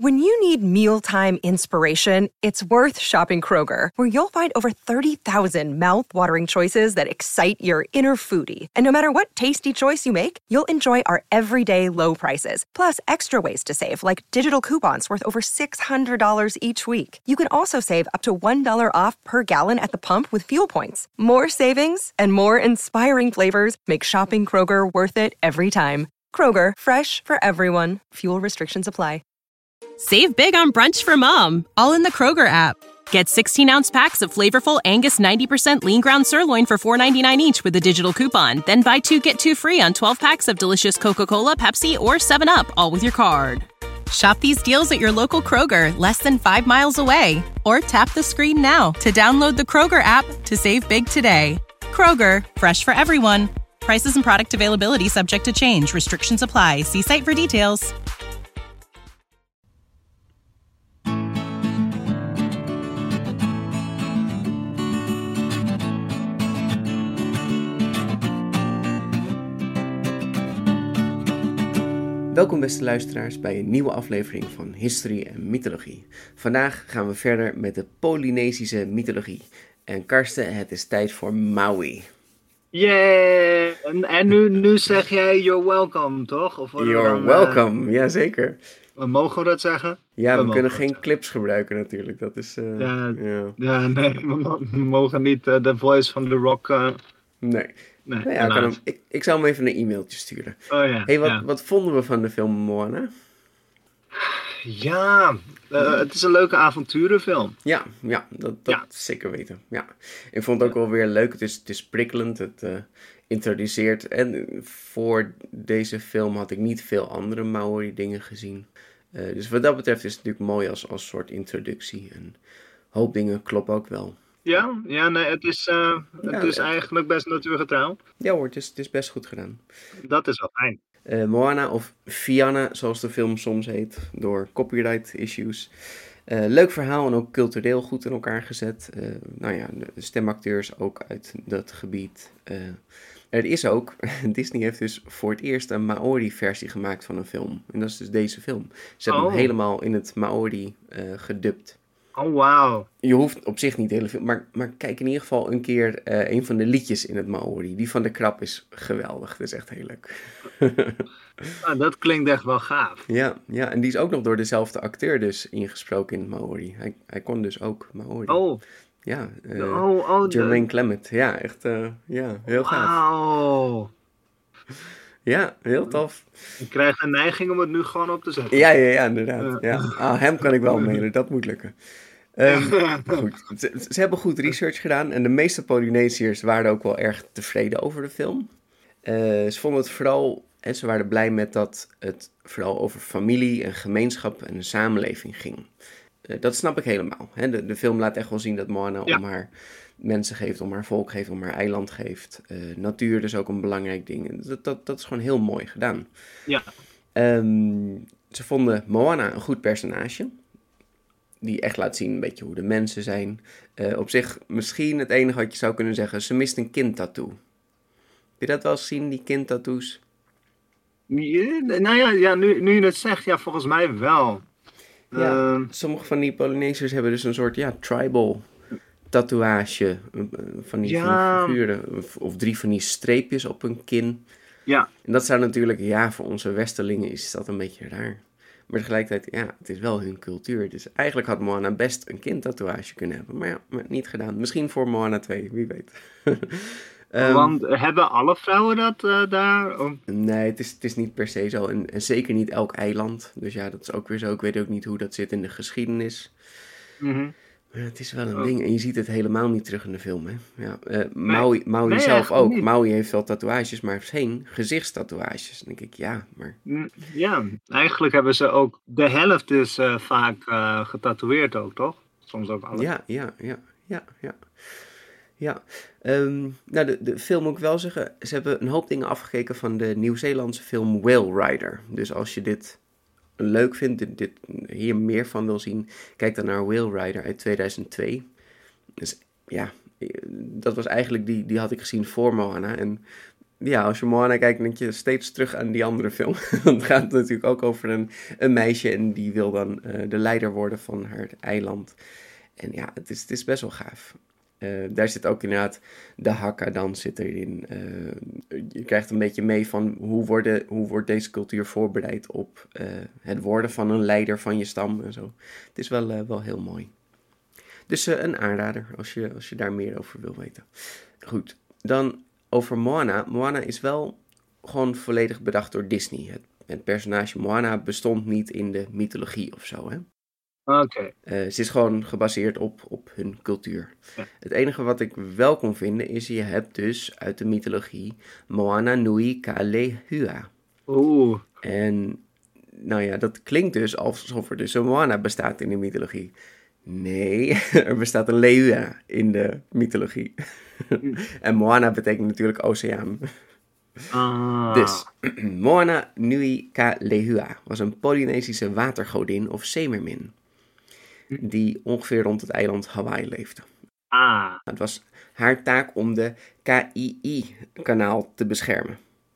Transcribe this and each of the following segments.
When you need mealtime inspiration, it's worth shopping Kroger, where you'll find over 30,000 mouth-watering choices that excite your inner foodie. And no matter what tasty choice you make, you'll enjoy our everyday low prices, plus extra ways to save, like digital coupons worth over $600 each week. You can also save up to $1 off per gallon at the pump with fuel points. More savings and more inspiring flavors make shopping Kroger worth it every time. Kroger, fresh for everyone. Fuel restrictions apply. Save big on brunch for mom, all in the Kroger app. Get 16-ounce packs of flavorful Angus 90% lean ground sirloin for $4.99 each with a digital coupon. Then buy 2, get 2 free on 12 packs of delicious Coca-Cola, Pepsi, or 7-Up, all with your card. Shop these deals at your local Kroger, less than 5 miles away. Or tap the screen now to download the Kroger app to save big today. Kroger, fresh for everyone. Prices and product availability subject to change. Restrictions apply. See site for details. Welkom beste luisteraars bij een nieuwe aflevering van History en Mythologie. Vandaag gaan we verder met de Polynesische mythologie. En Karsten, het is tijd voor Maui. Yeah! En nu zeg jij you're welcome, toch? Of You're welcome, jazeker. Mogen we dat zeggen? Ja, we kunnen geen clips gebruiken natuurlijk. Dat is... nee, we mogen niet de voice van The Rock... Nee. Nou ja, ik zal hem even een e-mailtje sturen. Oh ja. Hey, wat vonden we van de film Moana? Ja, het is een leuke avonturenfilm. Ja, dat zeker weten. Ja. Ik vond het ook wel weer leuk. Het is prikkelend. Het introduceert. En voor deze film had ik niet veel andere Maori dingen gezien. Dus wat dat betreft is het natuurlijk mooi als soort introductie. En een hoop dingen kloppen ook wel. Ja, nee, het is eigenlijk best natuurgetrouw. Ja hoor, het is best goed gedaan. Dat is wel fijn. Moana of Fianna, zoals de film soms heet, door copyright issues. Leuk verhaal en ook cultureel goed in elkaar gezet. De stemacteurs ook uit dat gebied. Er is ook, Disney heeft dus voor het eerst een Maori-versie gemaakt van een film. En dat is dus deze film. Ze hebben hem helemaal in het Maori gedubt. Oh, wauw. Je hoeft op zich niet de hele film, maar kijk in ieder geval een keer een van de liedjes in het Maori. Die van de krab is geweldig. Dat is echt heel leuk. Dat klinkt echt wel gaaf. Ja, en die is ook nog door dezelfde acteur dus ingesproken in het Maori. Hij kon dus ook Maori. Oh. Ja, Jermaine Clement. Ja, echt heel gaaf. Wauw. Ja, heel tof. Ik krijg een neiging om het nu gewoon op te zetten. Ja, inderdaad. Ja. Hem kan ik wel mailen, dat moet lukken. Goed. Ze hebben goed research gedaan en de meeste Polynesiërs waren ook wel erg tevreden over de film. Ze vonden het vooral, en ze waren blij met dat het vooral over familie en gemeenschap en een samenleving ging. Dat snap ik helemaal. Hè? De film laat echt wel zien dat Moana om haar mensen geeft, om haar volk geeft, om haar eiland geeft. Natuur is ook een belangrijk ding. Dat is gewoon heel mooi gedaan. Ja. Ze vonden Moana een goed personage. Die echt laat zien een beetje hoe de mensen zijn. Op zich misschien het enige wat je zou kunnen zeggen. Ze mist een kindtattoo. Heb je dat wel eens gezien, die kindtattoos? Ja, nu je het zegt, ja, volgens mij wel. Ja, sommige van die Polynesiërs hebben dus een soort tribal tatoeage van die figuren. Of 3 van die streepjes op hun kin. Ja. En dat zou natuurlijk, voor onze westerlingen is dat een beetje raar. Maar tegelijkertijd, het is wel hun cultuur. Dus eigenlijk had Moana best een kindtatoeage kunnen hebben. Maar niet gedaan. Misschien voor Moana 2, wie weet. Want hebben alle vrouwen dat daar? Nee, het is niet per se zo. En zeker niet elk eiland. Dus ja, dat is ook weer zo. Ik weet ook niet hoe dat zit in de geschiedenis. Mm-hmm. Maar het is wel een ding. En je ziet het helemaal niet terug in de film. Hè? Ja, Maui zelf ook. Niet. Maui heeft wel tatoeages, maar heeft geen gezichtstatoeages. Dan denk ik, maar... Ja, eigenlijk hebben ze ook... De helft is vaak getatoeëerd ook, toch? Soms ook alles. Ja. De film moet ik wel zeggen, ze hebben een hoop dingen afgekeken van de Nieuw-Zeelandse film Whale Rider. Dus als je dit leuk vindt, dit hier meer van wil zien, kijk dan naar Whale Rider uit 2002. Dus dat was eigenlijk, die had ik gezien voor Moana. En ja, als je Moana kijkt, denk je steeds terug aan die andere film. Want het gaat natuurlijk ook over een meisje en die wil dan de leider worden van haar eiland. En ja, het is best wel gaaf. Daar zit ook inderdaad de Hakka-dans zit erin. Je krijgt een beetje mee van hoe wordt deze cultuur voorbereid op het worden van een leider van je stam en zo. Het is wel heel mooi. Dus een aanrader als je daar meer over wil weten. Goed, dan over Moana. Moana is wel gewoon volledig bedacht door Disney. Het personage Moana bestond niet in de mythologie of zo, hè? Oké. Ze is gewoon gebaseerd op hun cultuur. Ja. Het enige wat ik wel kon vinden is, je hebt dus uit de mythologie Moana Nui Kalehua. Oeh. En nou ja, dat klinkt dus alsof er dus een Moana bestaat in de mythologie. Nee, er bestaat een Lehua in de mythologie. En Moana betekent natuurlijk oceaan. Dus, Moana Nui Kalehua was een Polynesische watergodin of zeemermin, die ongeveer rond het eiland Hawaii leefde. Het was haar taak om de Kai'i-kanaal te beschermen.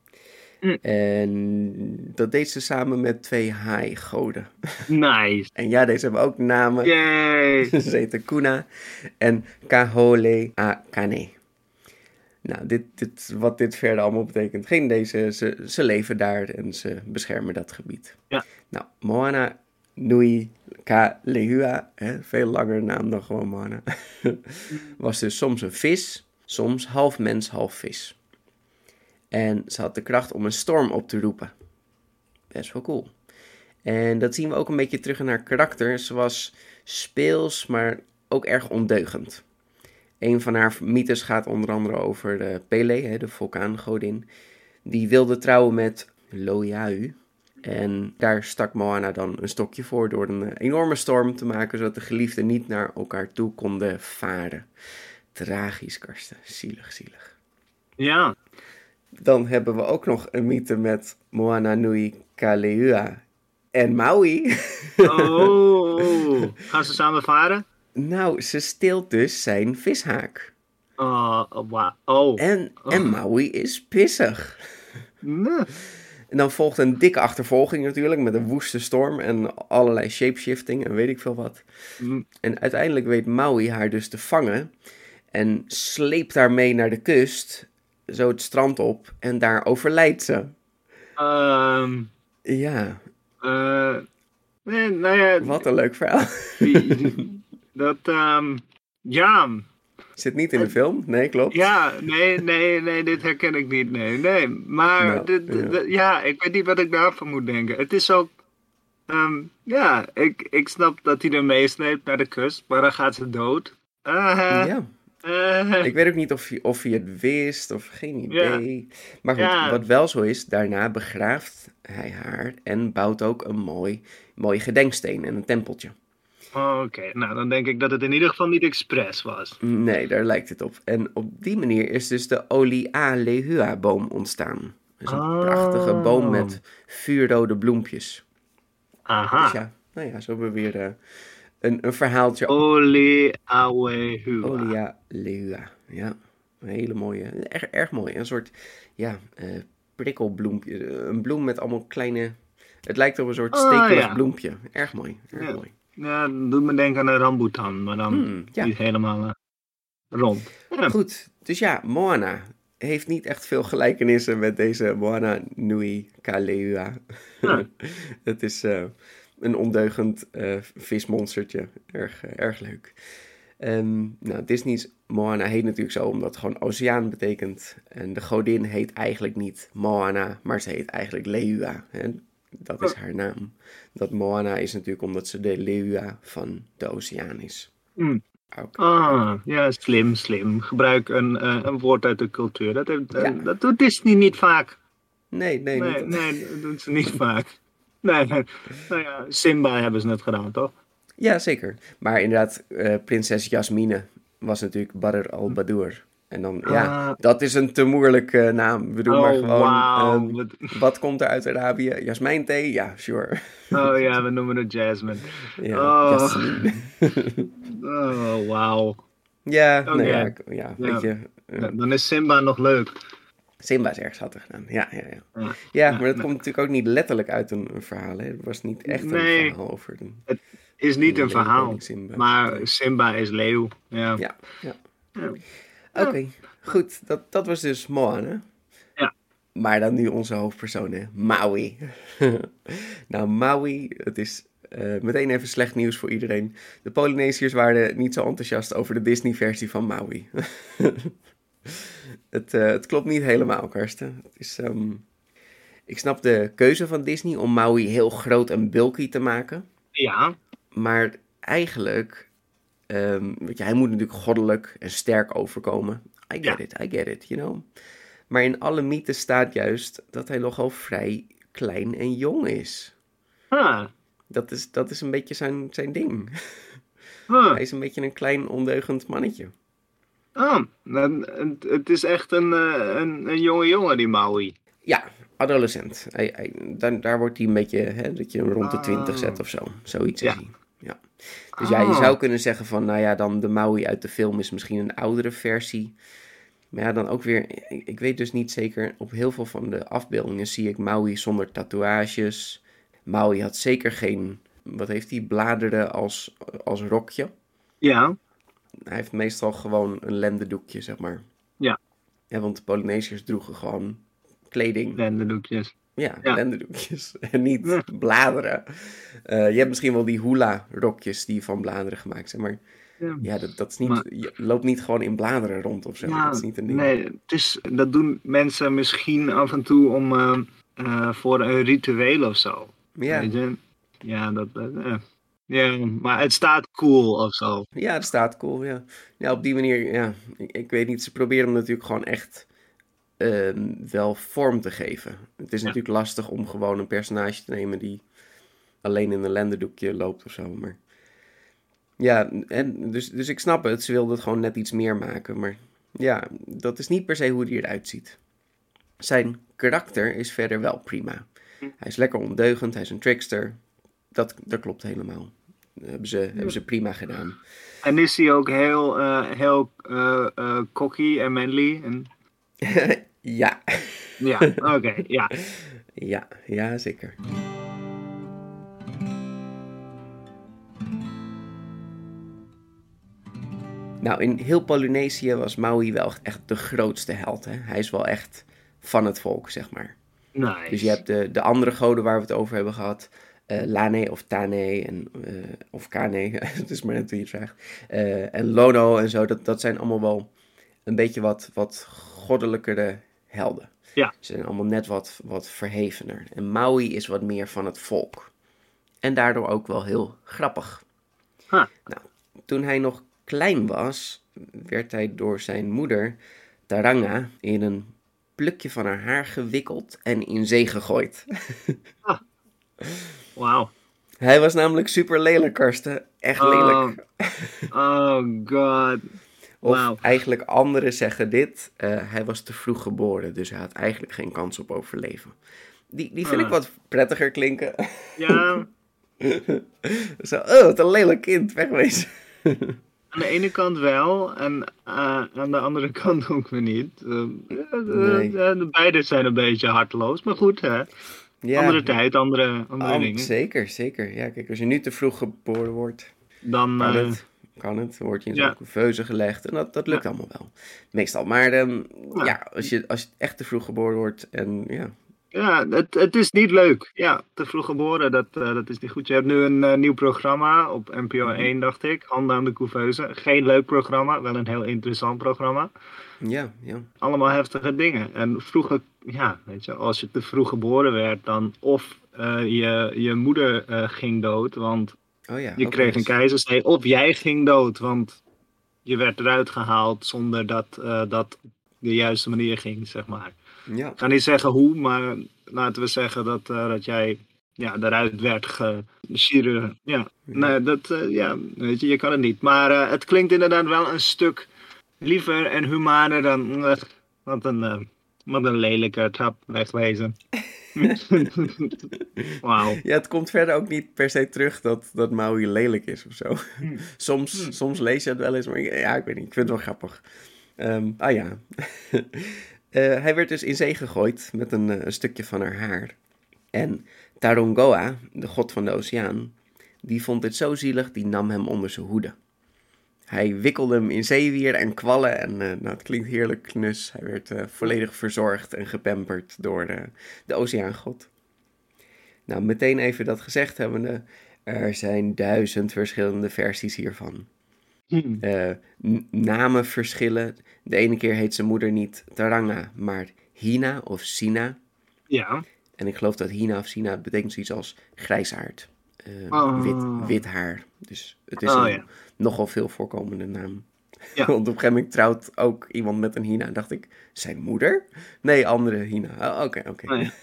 En dat deed ze samen met 2 haai-goden. Nice. En ja, deze hebben ook namen. Yay. Ze heten Kuna en Kaholeakane. Nou, wat dit verder allemaal betekent, geen idee. Ze leven daar en ze beschermen dat gebied. Ja. Nou, Moana Nui Kalehua, veel langer naam dan gewoon Moana, was dus soms een vis, soms half mens, half vis. En ze had de kracht om een storm op te roepen. Best wel cool. En dat zien we ook een beetje terug in haar karakter. Ze was speels, maar ook erg ondeugend. Een van haar mythes gaat onder andere over de Pele, de vulkaangodin. Die wilde trouwen met Loiau. En daar stak Moana dan een stokje voor door een enorme storm te maken, zodat de geliefden niet naar elkaar toe konden varen. Tragisch, Karsten. Zielig. Ja. Dan hebben we ook nog een mythe met Moana Nui Kalehua en Maui. Oh, gaan ze samen varen? Nou, ze steelt dus zijn vishaak. Wow. Oh. En Maui is pissig. Nee. En dan volgt een dikke achtervolging natuurlijk, met een woeste storm en allerlei shapeshifting en weet ik veel wat. En uiteindelijk weet Maui haar dus te vangen en sleept haar mee naar de kust, zo het strand op, en daar overlijdt ze. Ja. Nee, nou ja. Wat een leuk verhaal. Ja. Zit niet in de film? Nee, klopt. Ja, nee, dit herken ik niet. Nee. Maar ja, ik weet niet wat ik daarvan moet denken. Het is ook, ja, ik snap dat hij er meesleept naar de kust, maar dan gaat ze dood. Ja. Ik weet ook niet of hij het wist of geen idee. Ja. Maar goed, wat wel zo is, daarna begraaft hij haar en bouwt ook een mooi gedenksteen en een tempeltje. Oké, nou dan denk ik dat het in ieder geval niet expres was. Nee, daar lijkt het op. En op die manier is dus de Olialehua-boom ontstaan. Dus een prachtige boom met vuurrode bloempjes. Aha. Dus ja, nou ja, zo hebben we weer een verhaaltje. Olialehua, ja. Een hele mooie, erg mooi. Een soort, prikkelbloempje. Een bloem met allemaal kleine, het lijkt op een soort stekelig bloempje. Erg mooi, mooi. Ja, dat doet me denken aan een rambutan, maar dan niet helemaal rond. Ja. Goed, dus ja, Moana heeft niet echt veel gelijkenissen met deze Moana Nui Kalehua. Ja. Het is een ondeugend vismonstertje. Erg leuk. Disney's Moana heet natuurlijk zo omdat het gewoon oceaan betekent. En de godin heet eigenlijk niet Moana, maar ze heet eigenlijk Lehua. Hè? Dat is haar naam. Dat Moana is natuurlijk omdat ze de Lehua van de oceaan is. Ja, slim. Gebruik een woord uit de cultuur. Dat doet Disney niet vaak. Nee, niet. Nee, dat doen ze niet vaak. Nee, nou ja, Simba hebben ze net gedaan, toch? Ja, zeker. Maar inderdaad, prinses Jasmine was natuurlijk Badr al-Badur. En dan, dat is een te moeilijke naam. We doen maar gewoon, wat komt er uit Arabië? Jasmijnthee? Ja, sure. Oh ja, we noemen het Jasmine. Ja, Jasmine. Oh, wauw. Ja, weet je. Dan is Simba nog leuk. Simba is erg schattig gedaan. Ja, maar dat komt natuurlijk ook niet letterlijk uit een verhaal. Hè? Het was niet echt een verhaal over... Het is niet een verhaal, maar Simba is leeuw. Ja. Oké, goed. Dat was dus Moana. Ja. Maar dan nu onze hoofdpersoon, hè? Maui. Nou, Maui, het is meteen even slecht nieuws voor iedereen. De Polynesiërs waren niet zo enthousiast over de Disney-versie van Maui. Het klopt niet helemaal, Karsten. Het is, ik snap de keuze van Disney om Maui heel groot en bulky te maken. Ja. Maar eigenlijk, weet je, hij moet natuurlijk goddelijk en sterk overkomen. I get it, you know. Maar in alle mythes staat juist dat hij nogal vrij klein en jong is. Dat is een beetje zijn ding. Hij is een beetje een klein ondeugend mannetje. Het is echt een jonge jongen, die Maui. Ja, adolescent. Daar wordt hij een beetje, hè, dat je hem rond de 20 zet of zo. Zoiets is hij. Ja. Dus ja, je zou kunnen zeggen van, nou ja, dan de Maui uit de film is misschien een oudere versie. Maar ja, dan ook weer, ik weet dus niet zeker, op heel veel van de afbeeldingen zie ik Maui zonder tatoeages. Maui had zeker geen, wat heeft hij, bladeren als rokje. Ja. Hij heeft meestal gewoon een lendendoekje, zeg maar. Ja. Ja, want de Polynesiërs droegen gewoon kleding. Lendendoekjes. Ja, lendendoekjes. En niet bladeren. Je hebt misschien wel die hula-rokjes die van bladeren gemaakt zijn, maar dat is niet, je loopt niet gewoon in bladeren rond of zo. Ja, dat is niet een ding. Nee, dat doen mensen misschien af en toe om voor een ritueel of zo. Ja. Weet je? Ja, maar het staat cool of zo. Ja, het staat cool, ja. Ja, op die manier, ja. Ik weet niet, ze proberen hem natuurlijk gewoon echt wel vorm te geven. Het is natuurlijk lastig om gewoon een personage te nemen die alleen in een lendendoekje loopt of zo, maar... Ja, dus ik snap het. Ze wilden het gewoon net iets meer maken, maar ja, dat is niet per se hoe hij eruit ziet. Zijn karakter is verder wel prima. Hij is lekker ondeugend, hij is een trickster. Dat klopt helemaal. Hebben ze prima gedaan. En is hij ook heel cocky en manly? Ja. Ja, oké, ja. Ja, zeker. Nou, in heel Polynesië was Maui wel echt de grootste held. Hè? Hij is wel echt van het volk, zeg maar. Nice. Dus je hebt de andere goden waar we het over hebben gehad. Lane of Tane of Kane, het is maar net hoe je het vraagt. En Lono en zo, dat zijn allemaal wel een beetje wat goddelijkere helden. Ja. Ze zijn allemaal net wat verhevener. En Maui is wat meer van het volk. En daardoor ook wel heel grappig. Nou, toen hij nog klein was, werd hij door zijn moeder, Taranga, in een plukje van haar haar gewikkeld en in zee gegooid. Wauw. Hij was namelijk super lelijk, Karsten. Echt lelijk. Oh god. Of eigenlijk anderen zeggen dit. Hij was te vroeg geboren, dus hij had eigenlijk geen kans op overleven. Die vind ik wat prettiger klinken. Ja. Zo, wat een lelijk kind, wegwezen. Aan de ene kant wel, en aan de andere kant ook weer niet. Beide zijn een beetje harteloos, maar goed, hè. Ja. Andere tijd, andere dingen. Zeker. Ja, kijk, als je nu te vroeg geboren wordt, dan kan het. Dan word je in zo'n couveuse gelegd en dat lukt allemaal wel. Meestal. Maar als je echt te vroeg geboren wordt en ja... Ja, het is niet leuk. Ja, te vroeg geboren, dat is niet goed. Je hebt nu een nieuw programma op NPO 1, dacht ik. Handen aan de couveuse. Geen leuk programma, wel een heel interessant programma. Ja. Allemaal heftige dingen. En vroeger, ja, weet je, als je te vroeg geboren werd, dan of je moeder ging dood, want je kreeg een keizersnee. Of jij ging dood, want je werd eruit gehaald zonder dat dat de juiste manier ging, zeg maar. Ja. Ik ga niet zeggen hoe, maar laten we zeggen dat jij eruit werd gechirurgeerd. Ja, nee, weet je kan het niet. Maar het klinkt inderdaad wel een stuk liever en humaner dan wat een lelijke trap wegwezen. Wauw. Ja, het komt verder ook niet per se terug dat Maui lelijk is of zo. Soms lees je het wel eens, maar ik weet niet, ik vind het wel grappig. Hij werd dus in zee gegooid met een stukje van haar haar. En Tarongoa, de god van de oceaan, die vond dit zo zielig, die nam hem onder zijn hoede. Hij wikkelde hem in zeewier en kwallen en het klinkt heerlijk knus. Hij werd volledig verzorgd en gepamperd door de oceaangod. Nou, meteen even dat gezegd hebbende, er zijn 1000 verschillende versies hiervan. Namen verschillen. De ene keer heet zijn moeder niet Taranga, maar Hina of Sina. Ja. En ik geloof dat Hina of Sina betekent zoiets als grijsaard. Wit haar. Dus het is een nogal veel voorkomende naam. Ja. Want op een gegeven moment trouwt ook iemand met een Hina. En dacht ik, zijn moeder? Nee, andere Hina. Oké. Oh, ja.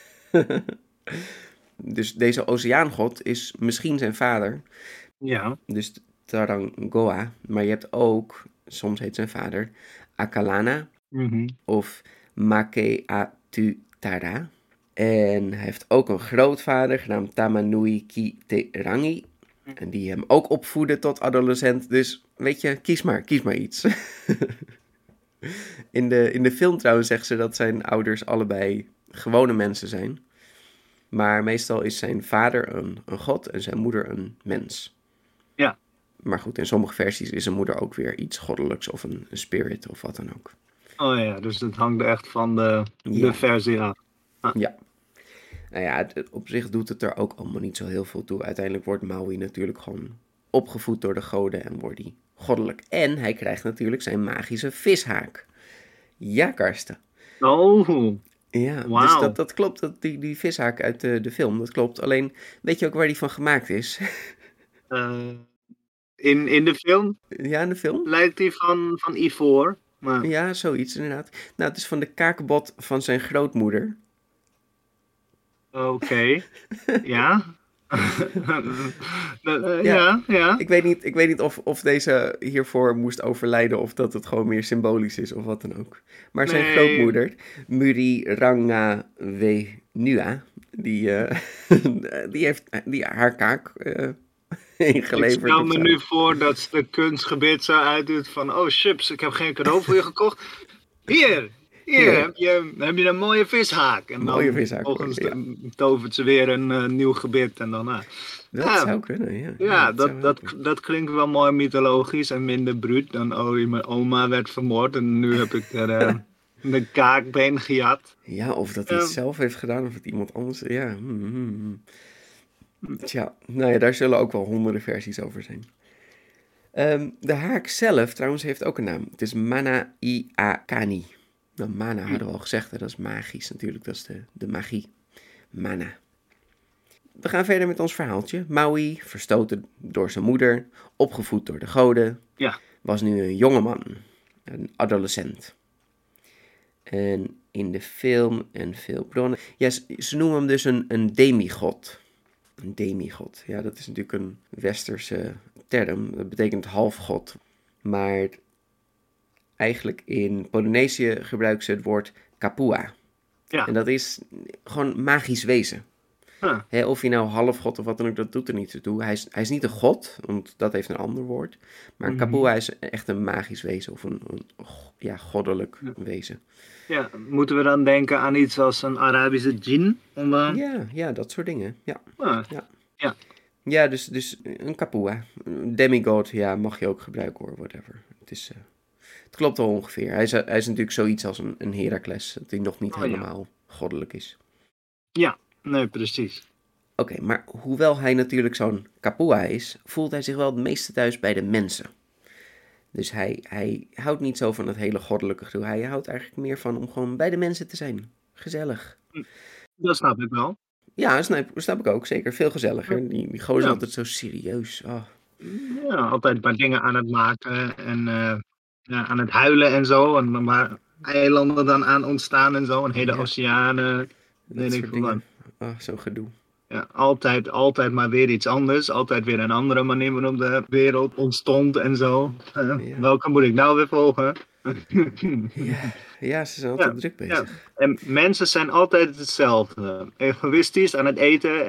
Dus deze oceaangod is misschien zijn vader. Ja. Dus Tarangoa. Maar je hebt ook, soms heet zijn vader, Akalana. Of Makeatutara. En hij heeft ook een grootvader genaamd Tamanui Kiterangi. En die hem ook opvoedde tot adolescent. Dus weet je, kies maar iets. In de film trouwens zegt ze dat zijn ouders allebei gewone mensen zijn. Maar meestal is zijn vader een god en zijn moeder een mens. Ja. Maar goed, in sommige versies is zijn moeder ook weer iets goddelijks of een spirit of wat dan ook. Oh ja, dus het hangt echt van de versie af. Ah. Ja. Nou ja, op zich doet het er ook allemaal niet zo heel veel toe. Uiteindelijk wordt Maui natuurlijk gewoon opgevoed door de goden en wordt hij goddelijk. En hij krijgt natuurlijk zijn magische vishaak. Ja, Karsten. Oh, ja, wow. Dus dat klopt, die vishaak uit de film, dat klopt. Alleen, weet je ook waar die van gemaakt is? In de film? Ja, in de film. Lijkt die van ivoor. Maar... Ja, zoiets inderdaad. Nou, het is van de kaakbot van zijn grootmoeder. Oké. Ja. Ja. Ik weet niet of deze hiervoor moest overlijden of dat het gewoon meer symbolisch is of wat dan ook. Maar zijn grootmoeder, Muriranga Wenua, die heeft haar kaak ingeleverd. Ik stel me nu voor dat ze de kunstgebit zo uitdoet van, oh chips, ik heb geen cadeau voor je gekocht. Hier heb je een mooie vishaak. En dan volgens tovert ze weer een nieuw gebit. En dan, dat zou kunnen, ja. Ja, dat klinkt wel mooi mythologisch en minder bruut dan, mijn oma werd vermoord en nu heb ik er de kaakbeen gejat. Ja, of dat hij het zelf heeft gedaan of het iemand anders, ja. Tja, nou ja, daar zullen ook wel honderden versies over zijn. De haak zelf trouwens heeft ook een naam. Het is Mana Iakani. Nou, mana hadden we al gezegd, hè? Dat is magisch natuurlijk, dat is de magie. Mana. We gaan verder met ons verhaaltje. Maui, verstoten door zijn moeder, opgevoed door de goden, was nu een jongeman, een adolescent. En in de film en veel bronnen, ze noemen hem dus een demigod. Een demigod, ja, dat is natuurlijk een westerse term, dat betekent halfgod. Maar eigenlijk in Polynesië gebruiken ze het woord kapua. Ja. En dat is gewoon magisch wezen. Huh. Of je nou halfgod of wat dan ook, dat doet er niet zo toe. Hij is niet een god, want dat heeft een ander woord. Maar kapua is echt een magisch wezen of een goddelijk wezen. Ja, moeten we dan denken aan iets als een Arabische djinn? Ja, dat soort dingen. Ja. Ja. Ja, dus een kapua. Demigod, ja, mag je ook gebruiken hoor, whatever. Het klopt al ongeveer. Hij is natuurlijk zoiets als een Heracles, dat hij nog niet helemaal goddelijk is. Ja, nee, precies. Oké, maar hoewel hij natuurlijk zo'n kapua is, voelt hij zich wel het meeste thuis bij de mensen. Dus hij houdt niet zo van het hele goddelijke gedoe. Hij houdt eigenlijk meer van om gewoon bij de mensen te zijn. Gezellig. Dat snap ik wel. Ja, snap ik ook. Zeker veel gezelliger. Die gozer is altijd zo serieus. Oh. Ja, altijd een paar dingen aan het maken en aan het huilen en zo. En waar eilanden dan aan ontstaan en zo. Een hele oceanen. Zo'n gedoe. Ja, altijd maar weer iets anders. Altijd weer een andere manier waarop de wereld ontstond en zo. Welke moet ik nou weer volgen? Ja, ze zijn altijd druk bezig. Ja. En mensen zijn altijd hetzelfde. Egoïstisch aan het eten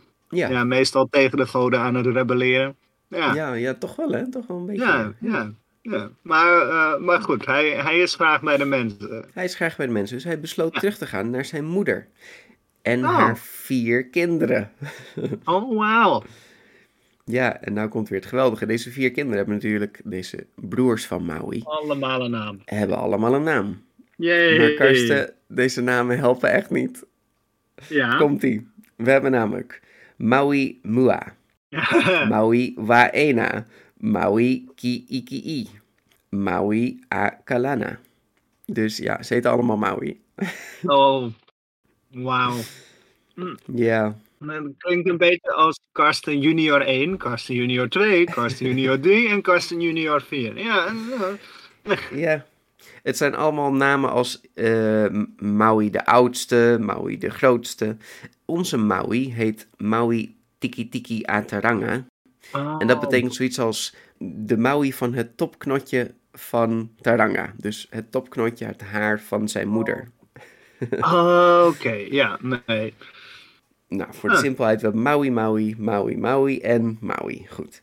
en meestal tegen de goden aan het rebelleren. Ja, toch wel hè? Toch wel een beetje. Ja. Ja. Maar goed, hij is graag bij de mensen. Hij is graag bij de mensen, dus hij besloot terug te gaan naar zijn moeder. En Oh. haar 4 kinderen. Oh, wauw. Ja, en nou komt weer het geweldige. Deze 4 kinderen hebben natuurlijk, deze broers van Maui, Allemaal een naam. hebben allemaal een naam. Yay. Maar Karsten, deze namen helpen echt niet. Ja. Komt-ie. We hebben namelijk Maui Mua, Maui Waena, Maui Ki'iki, Maui Akalana. Dus ja, ze heten allemaal Maui. Oh, wauw. Ja, Het klinkt een beetje als Karsten Junior 1, Karsten Junior 2, Karsten Junior 3 en Karsten Junior 4. Ja, ja. Het zijn allemaal namen als Maui de oudste, Maui de grootste. Onze Maui heet Maui Tiki Tiki Ataranga. En dat betekent zoiets als de Maui van het topknotje van Taranga. Dus het topknotje, het haar van zijn moeder. Oké, ja, nee. Nou, voor de simpelheid, we hebben Maui, Maui, Maui, Maui en Maui. Goed.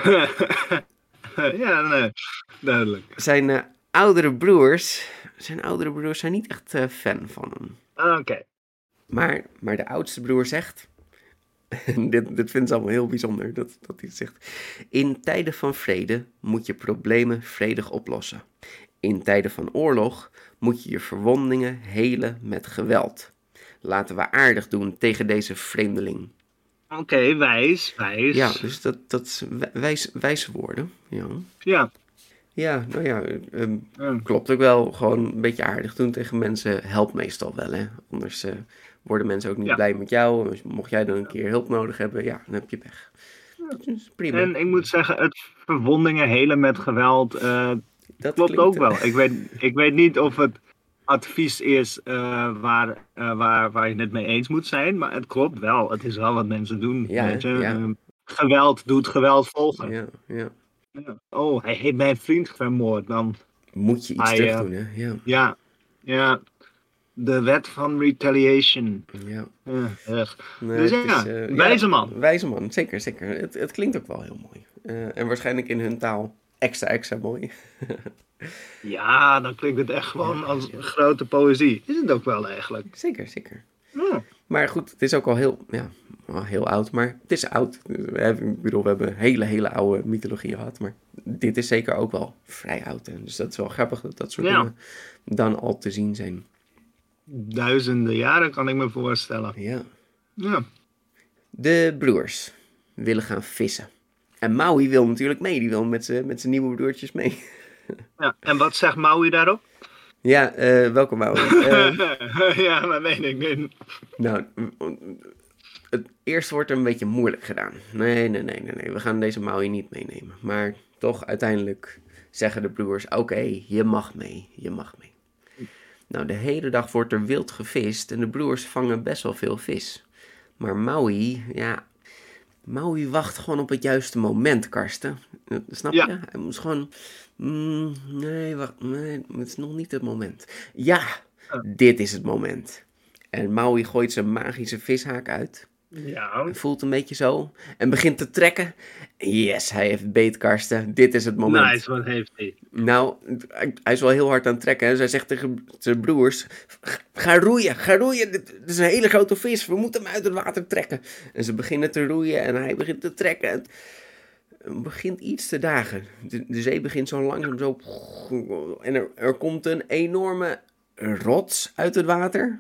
Ja, nee, duidelijk. Zijn oudere broers zijn niet echt fan van hem. Oké. Maar de oudste broer zegt, en dit vinden ze allemaal heel bijzonder, dat hij het zegt. In tijden van vrede moet je problemen vredig oplossen. In tijden van oorlog moet je je verwondingen helen met geweld. Laten we aardig doen tegen deze vreemdeling. Oké, wijs. Ja, dus dat is wijze woorden. Ja. Ja. Ja, nou ja, klopt ook wel. Gewoon een beetje aardig doen tegen mensen helpt meestal wel, hè. Anders worden mensen ook niet blij met jou. Dus mocht jij dan een keer hulp nodig hebben, ja, dan heb je pech. Dus prima. En ik moet zeggen, het verwondingen helen met geweld, Dat klopt klinkt, ook wel. Ik weet niet of het advies is waar je het mee eens moet zijn, maar het klopt wel. Het is wel wat mensen doen. Ja, weet je? ja. Geweld doet geweld volgen. Ja. Ja. Oh, hij heeft mijn vriend vermoord. Dan Moet je iets terug doen, hè? ja. De wet van retaliation. Ja. Nee, dus ja, wijze man. Wijze man, zeker. Het klinkt ook wel heel mooi. En waarschijnlijk in hun taal extra mooi. Ja, dan klinkt het echt gewoon als grote poëzie. Is het ook wel eigenlijk. Zeker. Ja. Maar goed, het is ook al heel oud, maar het is oud. Ik bedoel, we hebben hele oude mythologie gehad, maar dit is zeker ook wel vrij oud. Hè? Dus dat is wel grappig dat soort dingen dan al te zien zijn. Duizenden jaren kan ik me voorstellen. Ja. De broers willen gaan vissen. En Maui wil natuurlijk mee, die wil met zijn nieuwe broertjes mee. Ja, en wat zegt Maui daarop? Ja, welke Maui? Ja, dat weet ik niet. Nou, het eerste wordt er een beetje moeilijk gedaan. Nee, we gaan deze Maui niet meenemen. Maar toch, uiteindelijk zeggen de broers, oké, je mag mee. Nou, de hele dag wordt er wild gevist en de broers vangen best wel veel vis. Maar Maui wacht gewoon op het juiste moment, Karsten. Snap je? Hij moest gewoon... nee, het is nog niet het moment. Ja, dit is het moment. En Maui gooit zijn magische vishaak uit. Ja. Hij voelt een beetje zo. En begint te trekken. Yes, hij heeft beet, Karsten. Dit is het moment. Nice, wat heeft hij? Nou, hij is wel heel hard aan het trekken. En zij zegt tegen zijn broers... Ga roeien. Dit is een hele grote vis. We moeten hem uit het water trekken. En ze beginnen te roeien en hij begint te trekken. Het begint iets te dagen. De zee begint zo langzaam zo... En er komt een enorme rots uit het water.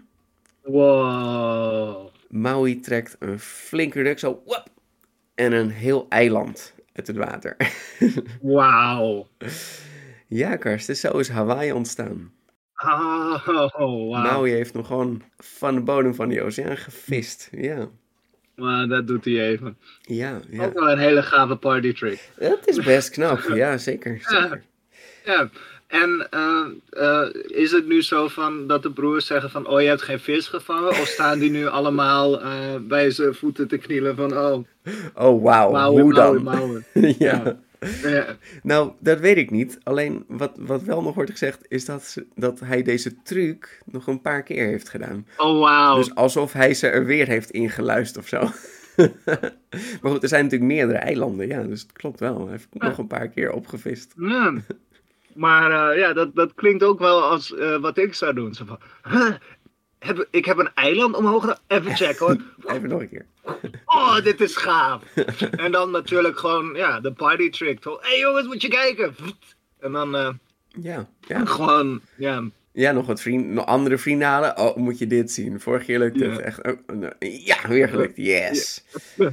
Wow. Maui trekt een flinke ruk zo... Wop, en een heel eiland uit het water. Wauw. Ja, Karsten, zo is Hawaii ontstaan. Oh, wow. Maui heeft nog gewoon van de bodem van die oceaan gevist. Ja. Maar dat doet hij even. Ja. Ook wel een hele gave partytrick. Het is best knap, ja, zeker. Ja. En is het nu zo van dat de broers zeggen van... Oh, je hebt geen vis gevangen? Of staan die nu allemaal bij zijn voeten te knielen van... Oh, wauw, hoe dan? Maui. Ja. Nou, dat weet ik niet. Alleen wat wel nog wordt gezegd is dat hij deze truc nog een paar keer heeft gedaan. Oh, wauw. Dus alsof hij ze er weer heeft ingeluisterd of zo. Maar goed, er zijn natuurlijk meerdere eilanden. Ja, dus het klopt wel. Hij heeft nog een paar keer opgevist. Ja. Maar dat klinkt ook wel als wat ik zou doen. Zo van, ik heb een eiland omhoog. Even checken hoor. Even nog een keer. Oh, dit is gaaf. En dan natuurlijk gewoon, de party trick. Hé hey, jongens, moet je kijken. En dan gewoon, Ja, nog andere vrienden halen. Oh, moet je dit zien. Vorige keer lukte het echt. Ja, weer gelukt. Yes.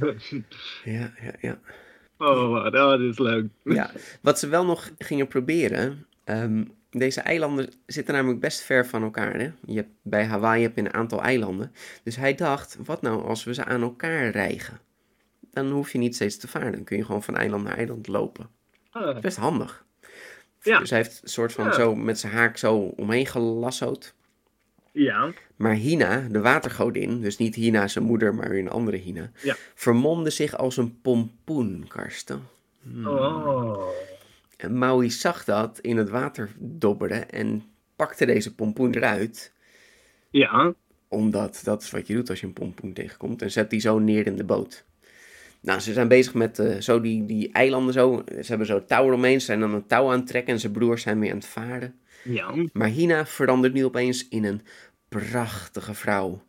Ja. Oh, dat is leuk. Ja, wat ze wel nog gingen proberen. Deze eilanden zitten namelijk best ver van elkaar. Hè? Bij Hawaii heb je een aantal eilanden. Dus hij dacht, wat nou als we ze aan elkaar rijgen? Dan hoef je niet steeds te varen. Dan kun je gewoon van eiland naar eiland lopen. Best handig. Ja. Dus hij heeft een soort van zo met zijn haak zo omheen gelassoed. Ja. Maar Hina, de watergodin, dus niet Hina zijn moeder, maar weer een andere Hina, vermomde zich als een pompoen, Karsten. Oh. En Maui zag dat in het water dobberen en pakte deze pompoen eruit. Ja. Omdat dat is wat je doet als je een pompoen tegenkomt. En zet die zo neer in de boot. Nou, ze zijn bezig met zo die eilanden zo. Ze hebben zo touwen omheen. Ze zijn dan een touw aan het trekken en zijn broers zijn weer aan het varen. Ja. Maar Hina verandert nu opeens in een prachtige vrouw.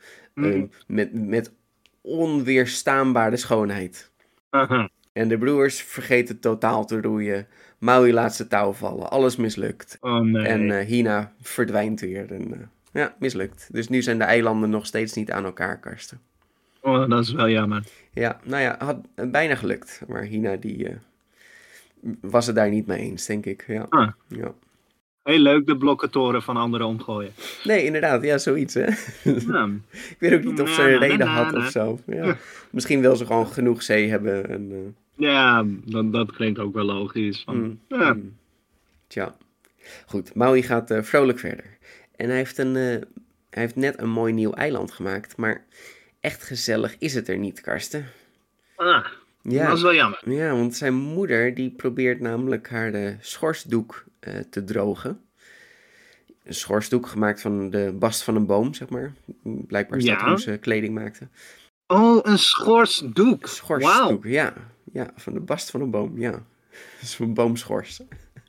Met onweerstaanbare schoonheid. Uh-huh. En de broers vergeten totaal te roeien. Maui laat zijn touw vallen. Alles mislukt. Oh nee. En Hina verdwijnt weer. En, mislukt. Dus nu zijn de eilanden nog steeds niet aan elkaar, Karsten. Oh, dat is wel jammer. Ja, nou ja, had bijna gelukt. Maar Hina, die was het daar niet mee eens, denk ik. Ja. Ja. Heel leuk, de blokkentoren van anderen omgooien. Nee, inderdaad. Ja, zoiets, hè. Ja. Ik weet ook niet of ze een reden had of zo. Ja. Misschien wil ze gewoon genoeg zee hebben. En, ja, dat klinkt ook wel logisch. Tja. Goed, Maui gaat vrolijk verder. En hij heeft net een mooi nieuw eiland gemaakt, maar echt gezellig is het er niet, Karsten. Ja, dat is wel jammer. Ja, want zijn moeder die probeert namelijk haar schorsdoek te drogen. Een schorsdoek gemaakt van de bast van een boom, zeg maar. Blijkbaar is dat hoe ze kleding maakte. Oh, een schorsdoek. Schorsdoek, wow. Ja, van de bast van een boom, ja. Dat is een boomschors.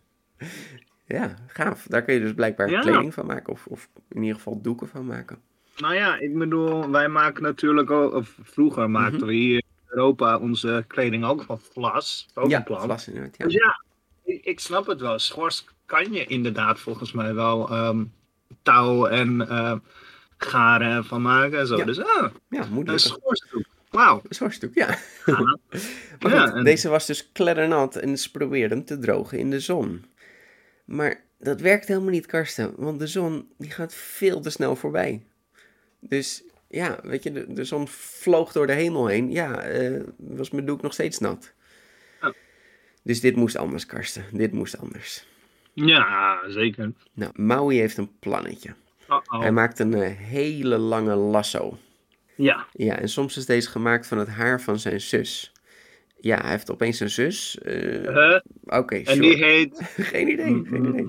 Ja, gaaf. Daar kun je dus blijkbaar kleding van maken. Of in ieder geval doeken van maken. Nou ja, ik bedoel, wij maken natuurlijk ook... Of vroeger maakten we hier in Europa onze kleding ook van vlas. Vlas inderdaad. Ja. Dus ja, ik snap het wel. Schors kan je inderdaad volgens mij wel touw en garen van maken en zo. Ja. Dus een schorsdoek. Wauw. Een schorsdoek, ja. Maar goed, deze was dus kleddernat en ze probeerden hem te drogen in de zon. Maar dat werkt helemaal niet, Karsten, want de zon die gaat veel te snel voorbij. Dus ja, weet je, de zon vloog door de hemel heen. Ja, was mijn doek nog steeds nat. Oh. Dus dit moest anders, Karsten. Dit moest anders. Ja, zeker. Nou, Maui heeft een plannetje. Uh-oh. Hij maakt een hele lange lasso. Ja. Ja, en soms is deze gemaakt van het haar van zijn zus. Ja, hij heeft opeens een zus. Oké, sure. En die heet... Geen idee.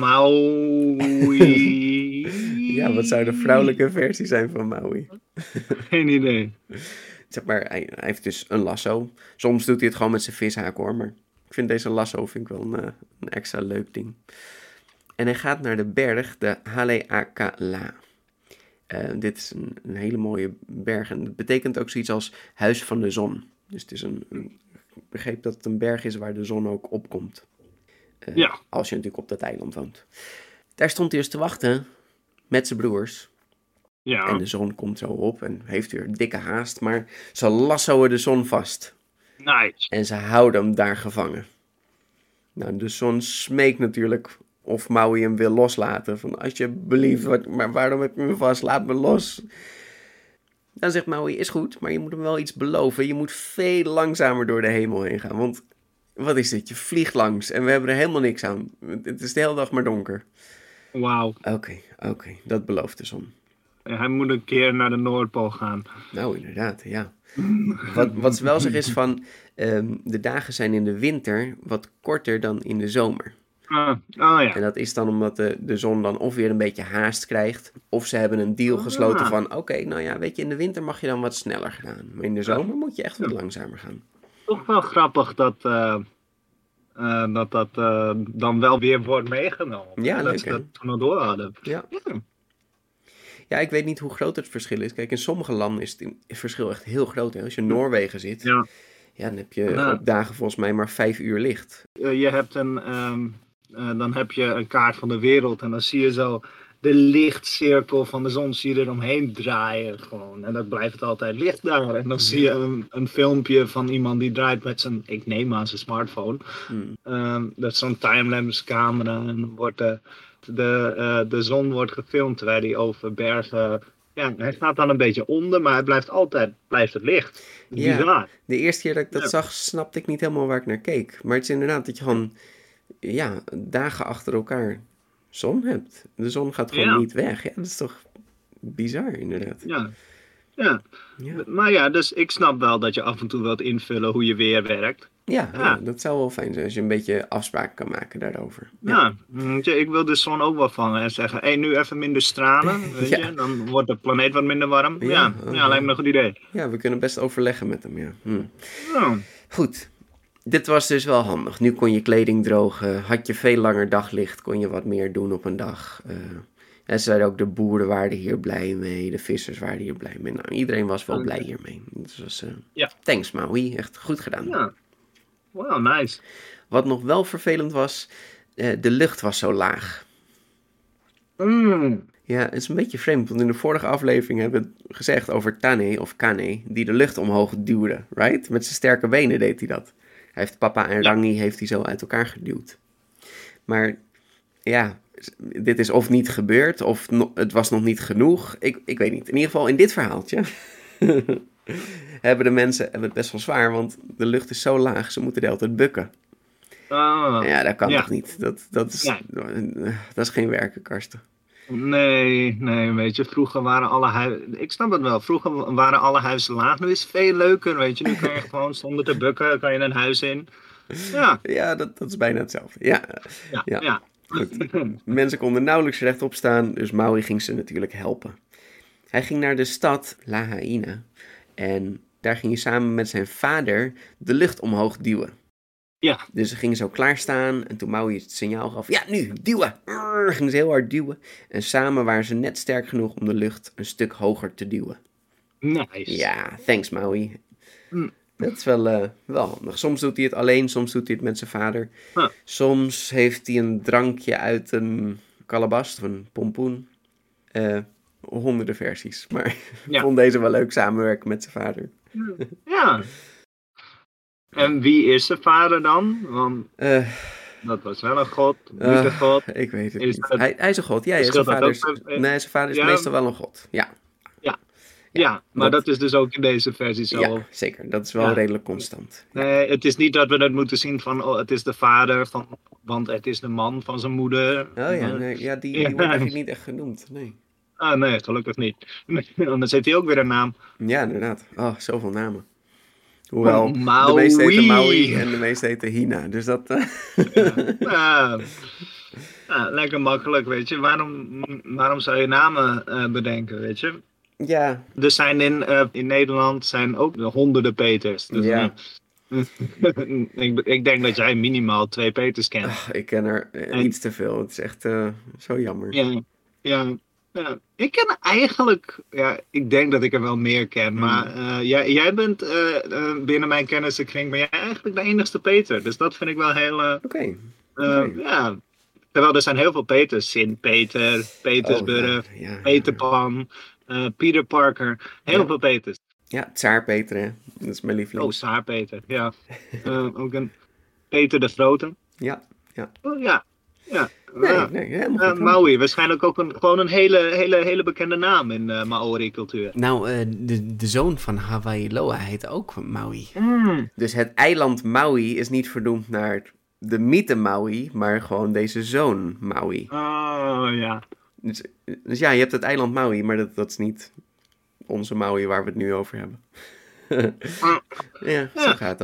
Maui. Ja, wat zou de vrouwelijke versie zijn van Maui? Geen idee. Zeg maar, hij heeft dus een lasso. Soms doet hij het gewoon met zijn vishaak, hoor. Maar ik vind deze lasso wel een extra leuk ding. En hij gaat naar de berg, de Haleakala. Dit is een hele mooie berg. En het betekent ook zoiets als huis van de zon. Dus het is ik begreep dat het een berg is waar de zon ook opkomt. Als je natuurlijk op dat eiland woont. Daar stond hij dus te wachten met zijn broers. Ja. En de zon komt zo op en heeft weer dikke haast. Maar ze lassoen de zon vast. Nice. En ze houden hem daar gevangen. Nou, de zon smeekt natuurlijk of Maui hem wil loslaten. Van alsjeblieft, maar waarom heb je me vast? Laat me los. Dan zegt Maui, is goed, maar je moet hem wel iets beloven. Je moet veel langzamer door de hemel heen gaan. Want, wat is dit? Je vliegt langs en we hebben er helemaal niks aan. Het is de hele dag maar donker. Wauw. Oké, dat belooft de zon. Hij moet een keer naar de Noordpool gaan. Nou, inderdaad, ja. Wat ze wel zeggen is van, de dagen zijn in de winter wat korter dan in de zomer. Oh ja. En dat is dan omdat de zon dan of weer een beetje haast krijgt, of ze hebben een deal gesloten van, oké, nou ja, weet je, in de winter mag je dan wat sneller gaan. Maar in de zomer moet je echt wat langzamer gaan. Toch wel grappig dat dat dan wel weer wordt meegenomen. Ja, dat leuk, ze hè? dat toen al door hadden. Ja. Ja, ik weet niet hoe groot het verschil is. Kijk, in sommige landen is het verschil echt heel groot. Hè? Als je in Noorwegen zit, Ja. dan heb je op dagen volgens mij maar 5 uur licht. Je hebt dan heb je een kaart van de wereld en dan zie je zo de lichtcirkel van de zon zie je eromheen draaien gewoon. En dat blijft altijd licht daar. En dan zie je een filmpje van iemand die draait met zijn, ik neem aan zijn smartphone. Dat is zo'n timelapse camera en dan wordt de zon wordt gefilmd terwijl hij over bergen... Ja, hij staat dan een beetje onder, maar het blijft het licht. Ja, bizar. de eerste keer dat ik dat zag, snapte ik niet helemaal waar ik naar keek. Maar het is inderdaad dat je gewoon dagen achter elkaar zon hebt. De zon gaat gewoon niet weg. Ja, dat is toch bizar, inderdaad. Ja. Maar ja, dus ik snap wel dat je af en toe wilt invullen hoe je weer werkt. Ja, dat zou wel fijn zijn als je een beetje afspraken kan maken daarover. Ja, ik wil de zon ook wel vangen en zeggen, hey, nu even minder stralen, weet je, dan wordt de planeet wat minder warm. Ja, lijkt me een goed idee. Ja, we kunnen best overleggen met hem, ja. Ja. Goed, dit was dus wel handig. Nu kon je kleding drogen, had je veel langer daglicht, kon je wat meer doen op een dag. En ze zeiden ook, de boeren waren hier blij mee, de vissers waren hier blij mee. Nou, iedereen was wel blij hiermee. Dus thanks Maui, echt goed gedaan. Ja. Wow, nice. Wat nog wel vervelend was, de lucht was zo laag. Ja, het is een beetje vreemd, want in de vorige aflevering hebben we het gezegd over Tane, of Kane, die de lucht omhoog duwde, right? Met zijn sterke benen deed hij dat. Hij heeft papa en Rangi heeft hij zo uit elkaar geduwd. Maar ja, dit is of niet gebeurd, of het was nog niet genoeg. Ik weet niet. In ieder geval in dit verhaaltje hebben de mensen het best wel zwaar, want de lucht is zo laag, ze moeten de hele tijd bukken. Ja, dat kan toch niet. Dat is geen werken, Karsten. Nee, weet je, vroeger waren alle huizen... Ik snap het wel, vroeger waren alle huizen laag. Nu is het veel leuker, weet je. Nu kan je gewoon zonder te bukken, kan je een huis in. Ja, dat is bijna hetzelfde. Ja. Goed. Mensen konden nauwelijks rechtop staan, dus Maui ging ze natuurlijk helpen. Hij ging naar de stad Lahaina en daar ging hij samen met zijn vader de lucht omhoog duwen. Ja. Dus ze gingen zo klaarstaan en toen Maui het signaal gaf, ja nu, duwen! Gingen ze heel hard duwen en samen waren ze net sterk genoeg om de lucht een stuk hoger te duwen. Nice. Ja, thanks Maui. Dat is wel handig. Soms doet hij het alleen, soms doet hij het met zijn vader. Soms heeft hij een drankje uit een kalabast of een pompoen. Honderden versies, maar ik vond deze wel leuk samenwerken met zijn vader. Ja. En wie is zijn vader dan? Want dat was wel een god, niet een god. Ik weet het niet. Hij is een god, ja. Zijn vader is meestal wel een god, Ja, maar dat is dus ook in deze versie zo. Ja, zeker. Dat is wel redelijk constant. Nee, het is niet dat we het moeten zien van, het is de vader van, want het is de man van zijn moeder. Oh ja, nee, die wordt eigenlijk niet echt genoemd, nee. Ah, nee, gelukkig niet. Anders heeft hij ook weer een naam. Ja, inderdaad. Oh, zoveel namen. Hoewel, Maui. de meeste heten Maui en de meeste heten Hina. Dus dat... lekker makkelijk, weet je. Waarom zou je namen bedenken, weet je? Ja. Er zijn in Nederland zijn ook honderden Peters. Dus ja. Ik denk dat jij minimaal 2 Peters kent. Ik ken er iets te veel. Het is echt zo jammer. Ja. Ik ken eigenlijk... Ja, ik denk dat ik er wel meer ken. Maar jij bent binnen mijn kennissenkring ben jij eigenlijk de enigste Peter. Dus dat vind ik wel heel... Oké. Ja. Terwijl er zijn heel veel Peters. Sint-Peter, Petersburg, Peter Pan, Peter Parker. Heel veel Peters. Ja, Tsaar Peter, hè. Dat is mijn lieveling. Oh, Tsaar Peter, ja. Ook een Peter de Grote. Ja. Oh, ja. Nee, helemaal goed. Maui, waarschijnlijk ook gewoon een hele bekende naam in Maori-cultuur. Nou, de zoon van Hawaii Loa heet ook Maui. Dus het eiland Maui is niet vernoemd naar de mythe Maui, maar gewoon deze zoon Maui. Oh, ja. Dus ja, je hebt het eiland Maui, maar dat is niet onze Maui waar we het nu over hebben. Ja, zo gaat dat.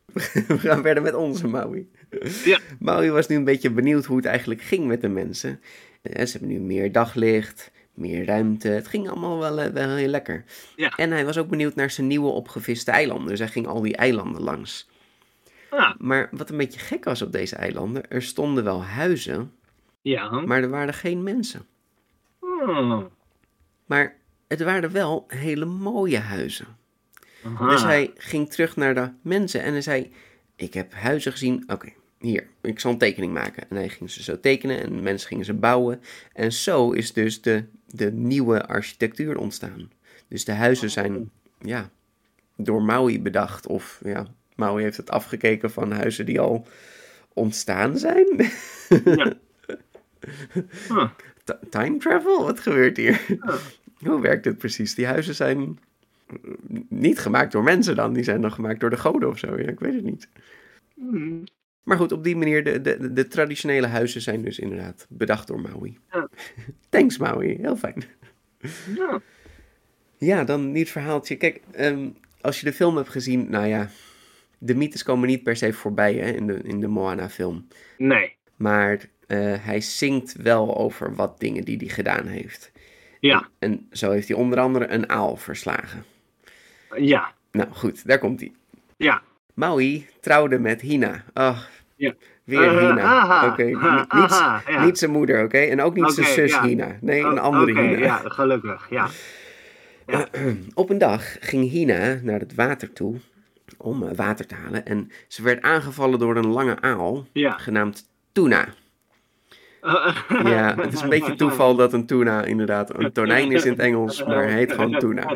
We gaan verder met onze Maui. Ja. Maui was nu een beetje benieuwd hoe het eigenlijk ging met de mensen. Ze hebben nu meer daglicht, meer ruimte. Het ging allemaal wel heel lekker. Ja. En hij was ook benieuwd naar zijn nieuwe opgeviste eilanden. Dus hij ging al die eilanden langs. Ah, Maar wat een beetje gek was op deze eilanden, er stonden wel huizen, ja. maar er waren geen mensen. Oh. Maar het waren wel hele mooie huizen. Aha. Dus hij ging terug naar de mensen en hij zei, ik heb huizen gezien, oké, hier, ik zal een tekening maken. En hij ging ze zo tekenen en de mensen gingen ze bouwen. En zo is dus de nieuwe architectuur ontstaan. Dus de huizen zijn, ja, door Maui bedacht. Of ja, Maui heeft het afgekeken van huizen die al ontstaan zijn. Ja. Huh. Time travel? Wat gebeurt hier? Hoe werkt het precies? Die huizen zijn niet gemaakt door mensen dan. Die zijn dan gemaakt door de goden of zo. Ja, ik weet het niet. Hmm. Maar goed, op die manier, de traditionele huizen zijn dus inderdaad bedacht door Maui. Ja. Thanks Maui, heel fijn. Ja. Ja, dan niet het verhaaltje. Kijk, als je de film hebt gezien, nou ja, de mythes komen niet per se voorbij hè, in de Moana film. Nee. Maar hij zingt wel over wat dingen die hij gedaan heeft. Ja. En zo heeft hij onder andere een aal verslagen. Ja. Nou goed, daar komt hij. Ja. Maui trouwde met Hina. Oh, Ja. weer Hina. Aha. Oké, Aha, ja. niet zijn moeder, oké? En ook niet zijn Oké, zus ja. Hina. Nee, een andere Oké, Hina. ja, gelukkig, ja. Op een dag ging Hina naar het water toe om water te halen. En ze werd aangevallen door een lange aal, Ja. genaamd Tuna. Ja, het is een beetje toeval dat een tuna inderdaad een tonijn is in het Engels, maar hij heet gewoon Tuna.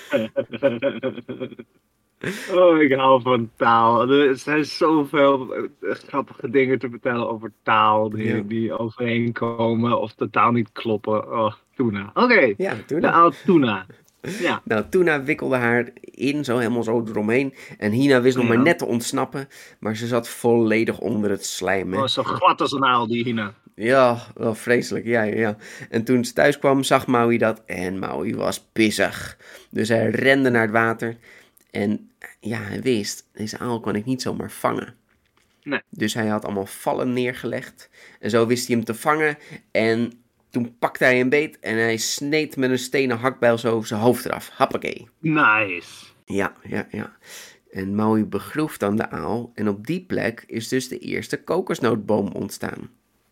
Oh, ik hou van taal. Er zijn zoveel grappige dingen te vertellen over taal Ja. die overeen komen of totaal niet kloppen. Oh, tuna. Oké, Ja, de Tuna. oud tuna. Ja. Nou, Tuna wikkelde haar in, zo helemaal zo eromheen. En Hina wist nog Ja. maar net te ontsnappen, maar ze zat volledig onder het slijm. Hè. Oh, zo glad als een aal, die Hina. Ja, wel vreselijk, ja. En toen ze thuis kwam, zag Maui dat en Maui was pissig. Dus hij rende naar het water en ja, hij wist, deze aal kan ik niet zomaar vangen. Nee. Dus hij had allemaal vallen neergelegd en zo wist hij hem te vangen en toen pakte hij een beet en hij sneed met een stenen hakbijl zo zijn hoofd eraf. Hoppakee. Nice. Ja. En Maui begroef dan de aal en op die plek is dus de eerste kokosnootboom ontstaan.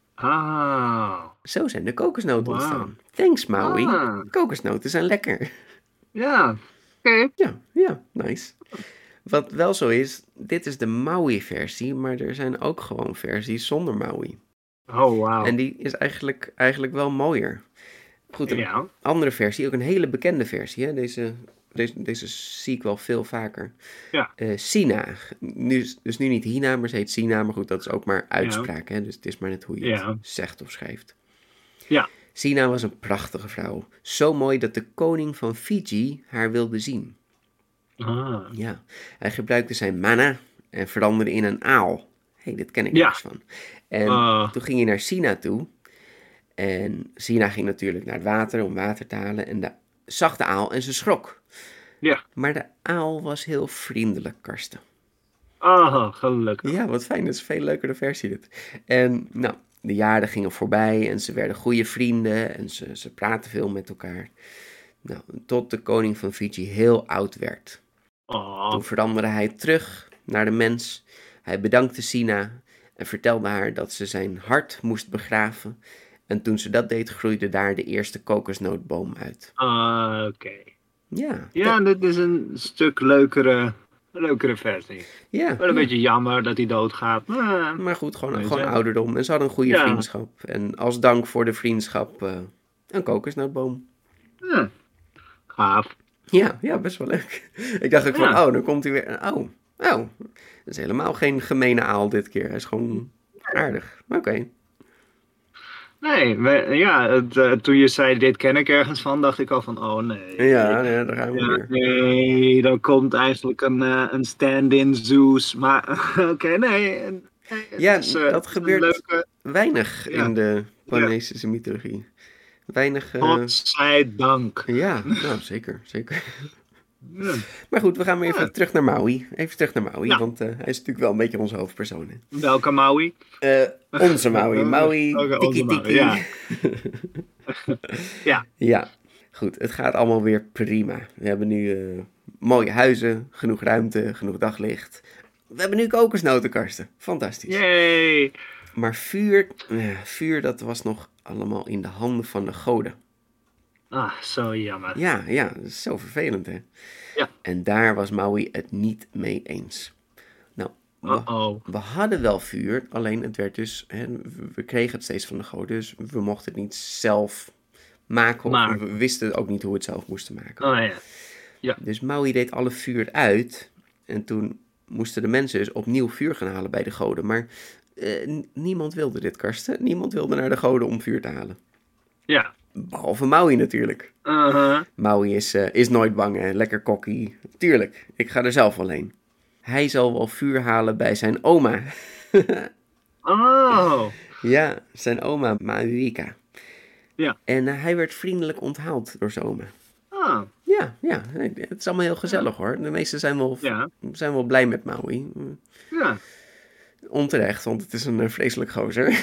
Ah. Zo zijn de kokosnoten Wauw. ontstaan. Thanks, Maui. Ah. Kokosnoten zijn lekker. Ja. Oké. Ja, nice. Wat wel zo is, dit is de Maui-versie, maar er zijn ook gewoon versies zonder Maui. Oh, wauw. En die is eigenlijk wel mooier. Goed, een Ja. andere versie, ook een hele bekende versie. Hè? Deze zie ik wel veel vaker. Ja. Sina. Dus nu niet Hina, maar ze heet Sina. Maar goed, dat is ook maar uitspraak. Hè? Dus het is maar net hoe je Ja. het zegt of schrijft. Ja. Sina was een prachtige vrouw. Zo mooi dat de koning van Fiji haar wilde zien. Ah. Ja, hij gebruikte zijn mana en veranderde in een aal. Hé, dit ken ik Ja. niks van. En toen ging hij naar Sina toe. En Sina ging natuurlijk naar het water om water te halen. En zag de aal en ze schrok. Ja. Maar de aal was heel vriendelijk, Karsten. Ah, gelukkig. Ja, wat fijn. Dat is een veel leukere versie dit. En nou, de jaren gingen voorbij en ze werden goede vrienden. En ze praten veel met elkaar. Nou, tot de koning van Fiji heel oud werd. Oh. Toen veranderde hij terug naar de mens. Hij bedankte Sina en vertelde haar dat ze zijn hart moest begraven. En toen ze dat deed, groeide daar de eerste kokosnootboom uit. Oké. Ja, Ja, dit is een stuk leukere versie. ja, Wel een ja. beetje jammer dat hij doodgaat. Maar Maar goed, gewoon Weet je. ouderdom. En ze hadden een goede Ja. vriendschap. En als dank voor de vriendschap een kokosnootboom. gaaf. Ja, best wel leuk. Ik dacht ook van, Ja. dan komt hij weer. Oh, dat is helemaal geen gemene aal dit keer. Hij is gewoon aardig. Oké. Nee, toen je zei dit ken ik ergens van, dacht ik al van oh nee. Ja, daar gaan we Ja, weer. nee, dan komt eigenlijk een stand-in Zeus. Maar oké, nee. Het Ja, is, dat het is een gebeurt leuke, weinig Ja. in de Polynesische mythologie. Weinig. Godzijdank. Ja, nou, zeker. Maar goed, we gaan weer even terug naar Maui. Ja. Want hij is natuurlijk wel een beetje onze hoofdpersoon. Hè? Welke Maui? Onze Maui. Maui, Onze tiki Maui, tiki. ja. Ja. Ja, goed. Het gaat allemaal weer prima. We hebben nu mooie huizen, genoeg ruimte, genoeg daglicht. We hebben nu kokosnotenkarsten. Fantastisch. Yay! Maar vuur, dat was nog allemaal in de handen van de goden. Ah, zo jammer. Ja, dat is zo vervelend, hè? Ja. En daar was Maui het niet mee eens. Nou, we hadden wel vuur, alleen het werd dus... Hè, we kregen het steeds van de goden, dus we mochten het niet zelf maken. Of we wisten ook niet hoe we het zelf moesten maken. Oh ja. Ja. Dus Maui deed alle vuur uit. En toen moesten de mensen dus opnieuw vuur gaan halen bij de goden. Maar niemand wilde dit, Karsten. Niemand wilde naar de goden om vuur te halen. Ja. Behalve Maui natuurlijk. Maui is nooit bang, hè? Lekker kokkie. Tuurlijk, ik ga er zelf wel heen. Hij zal wel vuur halen bij zijn oma. Oh. Ja, zijn oma Mauika. Ja. En hij werd vriendelijk onthaald door zijn oma. Ah. Ja, het is allemaal heel gezellig hoor. De meesten zijn wel blij met Maui. Ja. Onterecht, want het is een vreselijk gozer.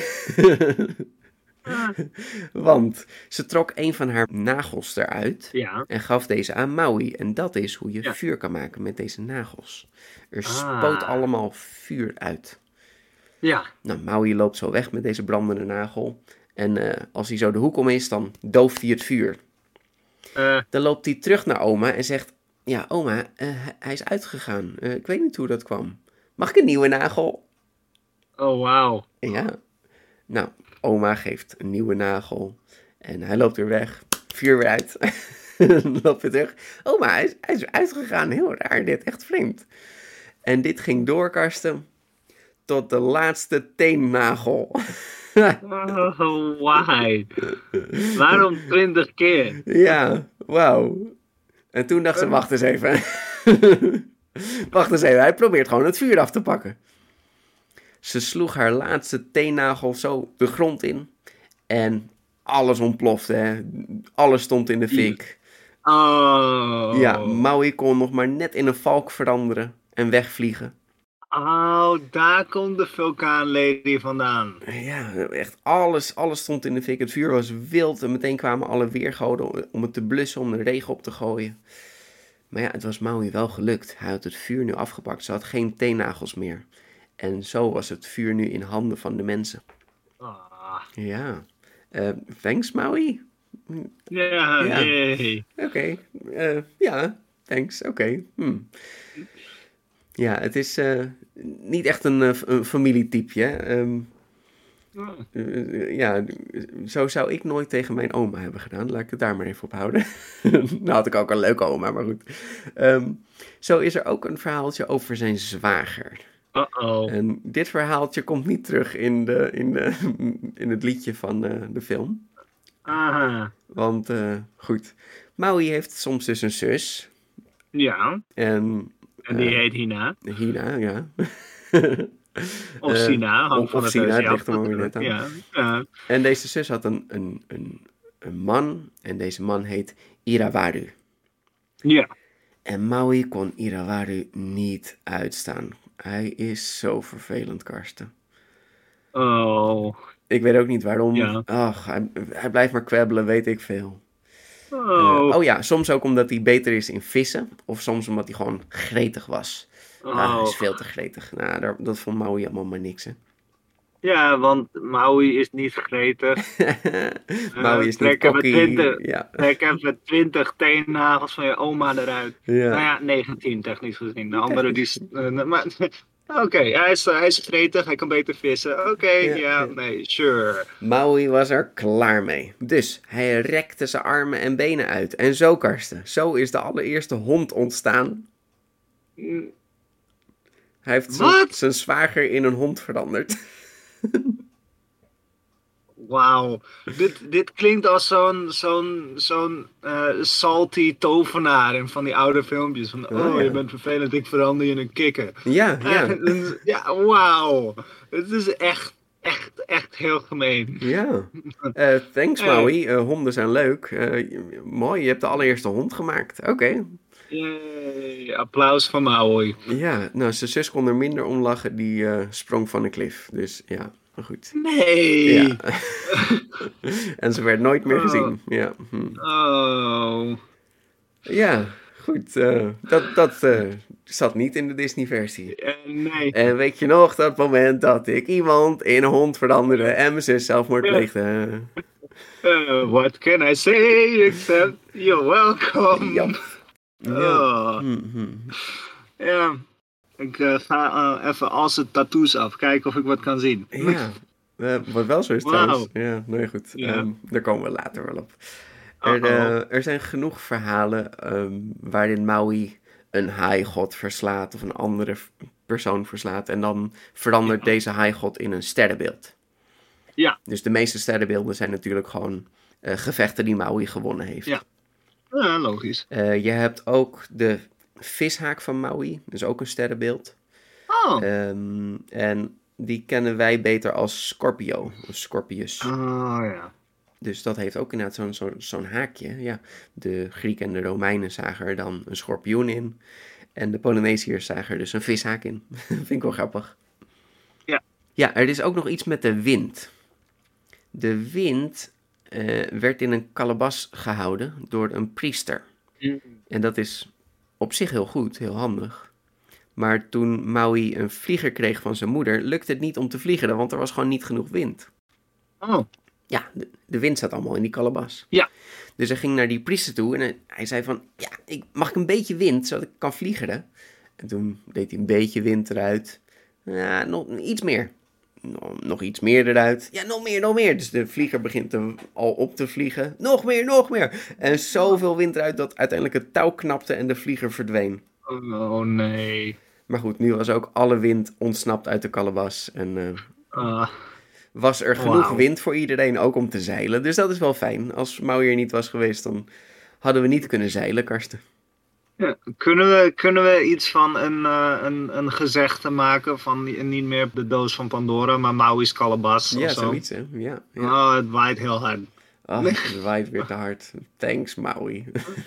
Want ze trok een van haar nagels eruit en gaf deze aan Maui. En dat is hoe je vuur kan maken met deze nagels. Er spoot allemaal vuur uit. Ja. Nou, Maui loopt zo weg met deze brandende nagel. En als hij zo de hoek om is, dan dooft hij het vuur. Dan loopt hij terug naar oma en zegt... Ja, oma, hij is uitgegaan. Ik weet niet hoe dat kwam. Mag ik een nieuwe nagel? Oh, wauw. Ja. Nou, oma geeft een nieuwe nagel. En hij loopt weer weg. Vuur weer uit. Loopt weer terug. Oma, hij is uitgegaan. Heel raar dit. Echt vreemd. En dit ging door, Karsten. Tot de laatste teennagel. Oh, why? Waarom 20 keer? Ja, wauw. En toen dacht ze, wacht eens even. Hij probeert gewoon het vuur af te pakken. Ze sloeg haar laatste teennagel zo de grond in. En alles ontplofte, hè. Alles stond in de fik. Oh. Ja, Maui kon nog maar net in een valk veranderen en wegvliegen. Oh, daar komt de vulkaanlady vandaan. Ja, echt alles stond in de fik. Het vuur was wild en meteen kwamen alle weergoden om het te blussen, om de regen op te gooien. Maar ja, het was Maui wel gelukt. Hij had het vuur nu afgepakt. Ze had geen teennagels meer. En zo was het vuur nu in handen van de mensen. Ja. Thanks, Maui? Ja, yay. Oké. Ja, thanks. Oké. Ja, het is niet echt een familietypeje. Ja, zo zou ik nooit tegen mijn oma hebben gedaan. Laat ik het daar maar even op houden. Nou had ik ook een leuke oma, maar goed. Zo is er ook een verhaaltje over zijn zwager. En dit verhaaltje komt niet terug in het liedje van de film. Aha. Want, goed, Maui heeft soms dus een zus. Ja. En die heet Hina. Hina, ja. Of Sina. Of Sina, het ligt er maar weer net aan. Ja. En deze zus had een man. En deze man heet Irawaru. Ja. En Maui kon Irawaru niet uitstaan. Hij is zo vervelend, Karsten. Oh. Ik weet ook niet waarom. Ja. Ach, hij blijft maar kwebbelen, weet ik veel. Oh. Ja, soms ook omdat hij beter is in vissen. Of soms omdat hij gewoon gretig was. Hij is veel te gretig. Nou, dat vond Maui allemaal maar niks, hè. Ja, want Maui is niet gretig. Maui is niet kokkie. Trek even 20 teennagels van je oma eruit. Ja. Nou ja, 19 technisch gezien. De andere die... Oké, hij is gretig, hij kan beter vissen. Oké, nee, sure. Maui was er klaar mee. Dus hij rekte zijn armen en benen uit. En zo, Karsten, zo is de allereerste hond ontstaan. Hij heeft zijn zwager in een hond veranderd. Wauw, dit klinkt als zo'n salty tovenaar in van die oude filmpjes. Van, je bent vervelend, ik verander je in een kikker. Ja. Ja, wauw. Het is echt heel gemeen. Ja. Thanks, Maui. Honden zijn leuk. Mooi, je hebt de allereerste hond gemaakt. Oké. Yay, applaus voor Maui. Ja, nou, zijn zus kon er minder om lachen. Die sprong van een klif. Dus ja, maar goed. Nee! Ja. En ze werd nooit meer gezien. Ja, Oh. ja goed. Dat zat niet in de Disney-versie. Nee. En weet je nog dat moment dat ik iemand in een hond veranderde en mijn zus zelfmoord pleegde? What can I say except you're welcome? Ja. Oh. Ja. Ik ga even al zijn tattoos af, kijken of ik wat kan zien. Ja, wat wel zo is trouwens. Ja, nee goed. Ja. Daar komen we later wel op. Er zijn genoeg verhalen waarin Maui een haaigod verslaat of een andere persoon verslaat. En dan verandert deze haaigod in een sterrenbeeld. Ja. Dus de meeste sterrenbeelden zijn natuurlijk gewoon gevechten die Maui gewonnen heeft. Ja, ja logisch. Je hebt ook de vishaak van Maui, dus ook een sterrenbeeld. Oh. En die kennen wij beter als Scorpio, of Scorpius. Oh ja. Dus dat heeft ook inderdaad zo'n haakje. Ja, de Grieken en de Romeinen zagen er dan een schorpioen in. En de Polynesiërs zagen er dus een vishaak in. Vind ik wel grappig. Ja. Ja, er is ook nog iets met de wind. De wind werd in een kalebas gehouden door een priester. En dat is op zich heel goed, heel handig. Maar toen Maui een vlieger kreeg van zijn moeder, lukte het niet om te vliegen, want er was gewoon niet genoeg wind. Oh. Ja, de wind zat allemaal in die kalebas. Ja. Dus hij ging naar die priester toe en hij zei van, ja, mag ik een beetje wind, zodat ik kan vliegen? En toen deed hij een beetje wind eruit. Ja, nog iets meer. Nog iets meer eruit. Ja, nog meer. Dus de vlieger begint al op te vliegen. Nog meer. En zoveel wind eruit dat uiteindelijk het touw knapte en de vlieger verdween. Oh nee. Maar goed, nu was ook alle wind ontsnapt uit de kalebas. En was er genoeg wind voor iedereen, ook om te zeilen. Dus dat is wel fijn. Als Maui er niet was geweest, dan hadden we niet kunnen zeilen, Karsten. Ja, kunnen we iets van een gezegde maken van niet meer de doos van Pandora, maar Maui's kalebas Ja, of zo? zoiets, hè. Ja. Oh, het waait heel hard. Oh, het waait weer te hard. Thanks, Maui.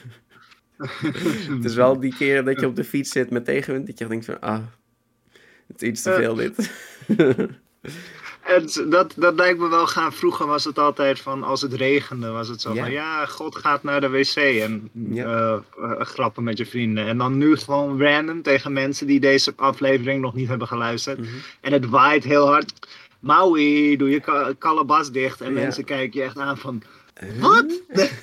Het is wel die keren dat je op de fiets zit met tegenwind, dat je denkt van, het is iets te veel dit. Dat lijkt me wel gaan. Vroeger was het altijd van, als het regende, was het zo van, ja, God gaat naar de wc en grappen met je vrienden. En dan nu gewoon random tegen mensen die deze aflevering nog niet hebben geluisterd. En het waait heel hard. Maui, doe je kalebas dicht. En mensen kijken je echt aan van, wat?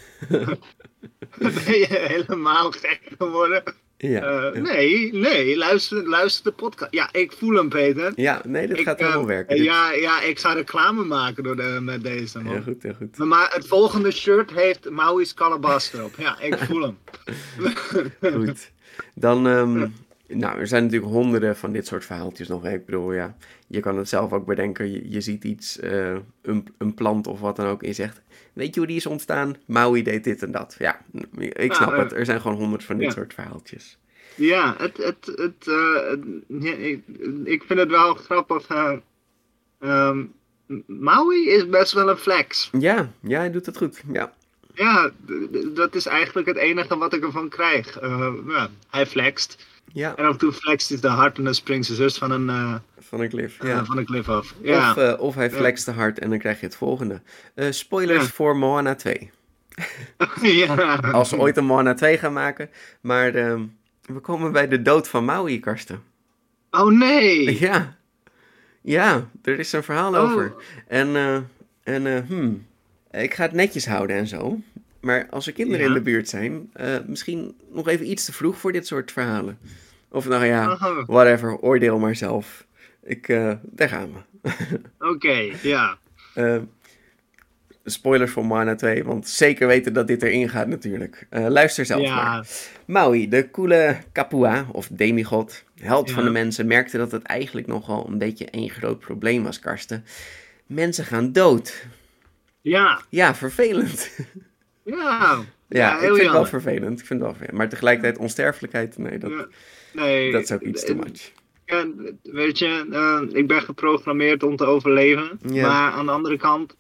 Ben je helemaal gek geworden? Ja. Nee, luister de podcast. Ja, ik voel hem, Peter. Ja, nee, dit gaat helemaal werken. Ja, ik ga reclame maken met deze, man. Ja, goed. Maar het volgende shirt heeft Maui's kalebas erop. Ja, ik voel hem. Goed. Dan, nou, er zijn natuurlijk honderden van dit soort verhaaltjes nog. Ik bedoel, ja, je kan het zelf ook bedenken. Je ziet iets, een plant of wat dan ook, en je zegt, weet je hoe die is ontstaan? Maui deed dit en dat. Ja, ik snap het. Er zijn gewoon 100 van dit soort verhaaltjes. Ja, ik vind het wel grappig. Maui is best wel een flex. Ja, hij doet het goed. Ja. Ja, dat is eigenlijk het enige wat ik ervan krijg. Hij flext. Ja. En af en toe flext hij te hard en dan springt zijn zus van een klif. Van een klif af. Ja. Of hij flext te hard en dan krijg je het volgende. Spoilers voor Moana 2. Ja. Als ze ooit een Moana 2 gaan maken. Maar we komen bij de dood van Maui, Karsten. Oh nee! Ja, er is een verhaal over. Ik ga het netjes houden en zo. Maar als er kinderen in de buurt zijn, misschien nog even iets te vroeg voor dit soort verhalen. Of nou ja, whatever, oordeel maar zelf. Daar gaan we. Oké, ja. Spoilers voor Moana 2, want zeker weten dat dit erin gaat natuurlijk. Luister zelf maar. Maui, de coole Kapua, of demigod, held van de mensen, merkte dat het eigenlijk nogal een beetje één groot probleem was, Karsten. Mensen gaan dood. Ja. Ja, vervelend. Ja, ik vind het wel vervelend. Maar tegelijkertijd onsterfelijkheid, dat is ook iets too much. Ja, weet je, ik ben geprogrammeerd om te overleven. Maar aan de andere kant,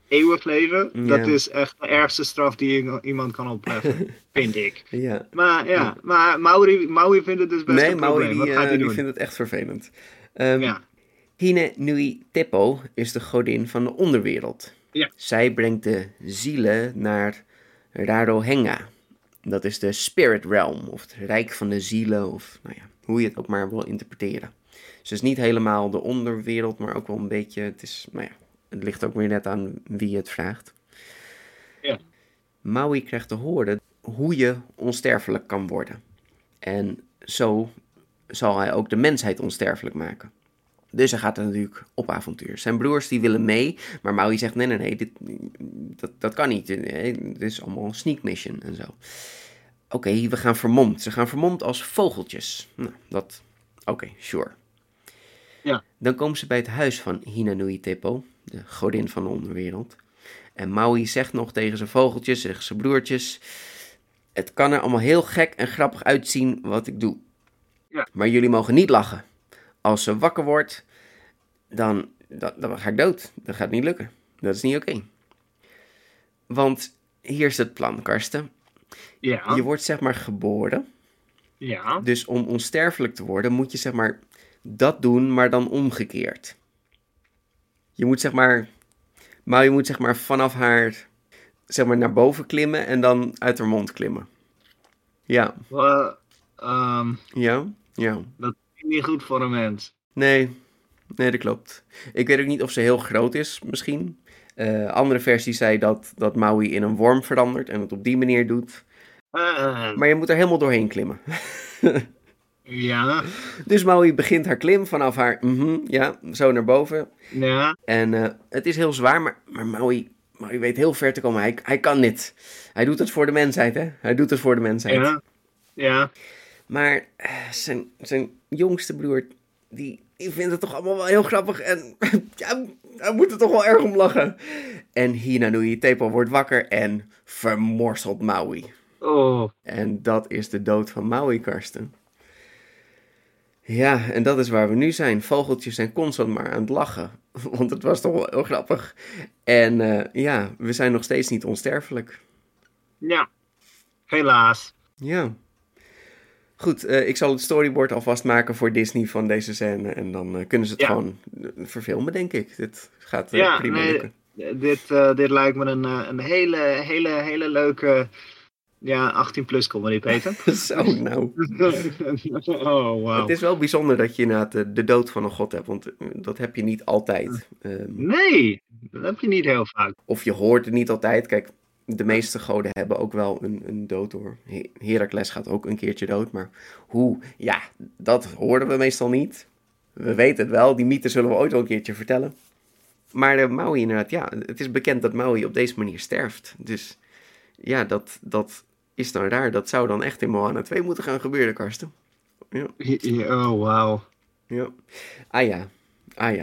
eeuwig leven. Ja. Dat is echt de ergste straf die iemand kan opleggen, vind ik. Ja. Maar Maui vindt het dus best Nee, een Maui probleem. Wat gaat hij die doen? vindt het echt vervelend. Ja. Hine Nui Teppo is de godin van de onderwereld. Ja. Zij brengt de zielen naar Rarohenga. Dat is de spirit realm, of het rijk van de zielen, of nou ja, hoe je het ook maar wil interpreteren. Dus het is niet helemaal de onderwereld, maar ook wel een beetje, het ligt ook weer net aan wie het vraagt. Ja. Maui krijgt te horen hoe je onsterfelijk kan worden. En zo zal hij ook de mensheid onsterfelijk maken. Dus hij gaat er natuurlijk op avontuur. Zijn broers die willen mee, maar Maui zegt nee, dat kan niet. Dit is allemaal een sneak mission en zo. Oké, we gaan vermomd. Ze gaan vermomd als vogeltjes. Nou, oké, sure. Ja. Dan komen ze bij het huis van Hina Nui Teppo, de godin van de onderwereld. En Maui zegt nog tegen zijn vogeltjes, tegen zijn broertjes: het kan er allemaal heel gek en grappig uitzien wat ik doe. Ja. Maar jullie mogen niet lachen. Als ze wakker wordt, dan ga ik dood. Dat gaat niet lukken. Dat is niet oké. Want hier is het plan, Karsten. Ja. Je wordt zeg maar geboren. Ja. Dus om onsterfelijk te worden moet je zeg maar dat doen, maar dan omgekeerd. Je moet zeg maar vanaf haar zeg maar naar boven klimmen en dan uit haar mond klimmen. Ja. Ja. Dat is niet goed voor een mens. Nee, dat klopt. Ik weet ook niet of ze heel groot is, misschien. Andere versie zei dat Maui in een worm verandert en het op die manier doet. Maar je moet er helemaal doorheen klimmen. Ja. Dus Maui begint haar klim vanaf haar, zo naar boven. Ja. En het is heel zwaar, maar Maui weet heel ver te komen. Hij kan dit. Hij doet het voor de mensheid, hè? Hij doet het voor de mensheid. Ja. Maar zijn jongste broer, die vindt het toch allemaal wel heel grappig. En ja, hij moet er toch wel erg om lachen. En Hina Nui Teppo wordt wakker en vermorselt Maui. Oh. En dat is de dood van Maui, Karsten. Ja, en dat is waar we nu zijn. Vogeltjes zijn constant maar aan het lachen. Want het was toch wel heel grappig. En we zijn nog steeds niet onsterfelijk. Ja. Helaas. Ja. Goed, ik zal het storyboard alvast maken voor Disney van deze scène. En dan kunnen ze het gewoon verfilmen, denk ik. Dit gaat prima lukken. Dit lijkt me een hele leuke 18-plus comedy, Peter. Zo, nou. Oh, wow. Het is wel bijzonder dat je inderdaad de dood van een god hebt. Want dat heb je niet altijd. Nee, dat heb je niet heel vaak. Of je hoort het niet altijd. Kijk, de meeste goden hebben ook wel een dood door. Heracles gaat ook een keertje dood. Maar hoe? Ja, dat hoorden we meestal niet. We weten het wel. Die mythe zullen we ooit wel een keertje vertellen. Maar Maui inderdaad, het is bekend dat Maui op deze manier sterft. Dus ja, dat is dan raar. Dat zou dan echt in Moana 2 moeten gaan gebeuren, Karsten. Ja. Oh, wauw. Ja. Ah ja.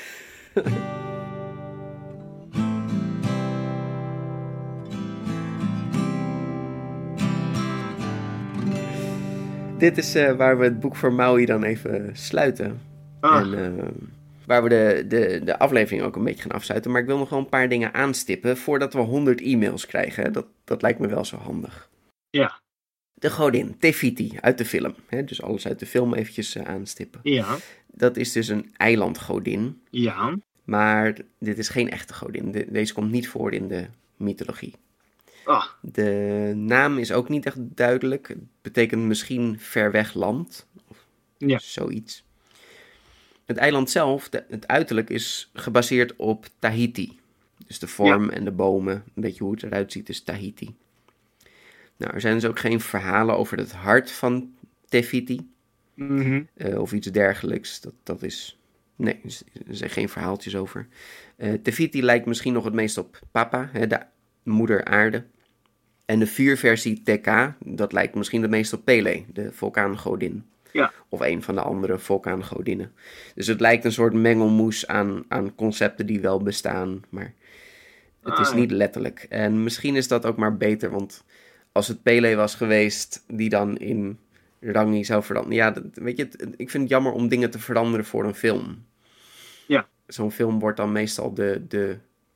Dit is waar we het boek voor Maui dan even sluiten. En waar we de aflevering ook een beetje gaan afsluiten. Maar ik wil nog wel een paar dingen aanstippen voordat we 100 e-mails krijgen. Dat lijkt me wel zo handig. Ja. De godin, Te-Fiti, uit de film. Dus alles uit de film eventjes aanstippen. Ja. Dat is dus een eilandgodin. Ja. Maar dit is geen echte godin. Deze komt niet voor in de mythologie. Oh. De naam is ook niet echt duidelijk. Het betekent misschien ver weg land. Of zoiets. Het eiland zelf, het uiterlijk, is gebaseerd op Tahiti. Dus de vorm en de bomen, een beetje hoe het eruit ziet, is Tahiti. Nou, er zijn dus ook geen verhalen over het hart van Te-Fiti. Mm-hmm. Of iets dergelijks. Dat is... Nee, er zijn geen verhaaltjes over. Te-Fiti lijkt misschien nog het meest op Papa, de moeder aarde. En de vuurversie Teka, dat lijkt misschien het meest op Pele, de vulkaangodin. Ja. Of een van de andere vulkaangodinnen. Dus het lijkt een soort mengelmoes aan concepten die wel bestaan, maar het is niet letterlijk. En misschien is dat ook maar beter, want als het Pele was geweest die dan in Rangi zou veranderen. Ja, weet je, ik vind het jammer om dingen te veranderen voor een film. Ja. Zo'n film wordt dan meestal de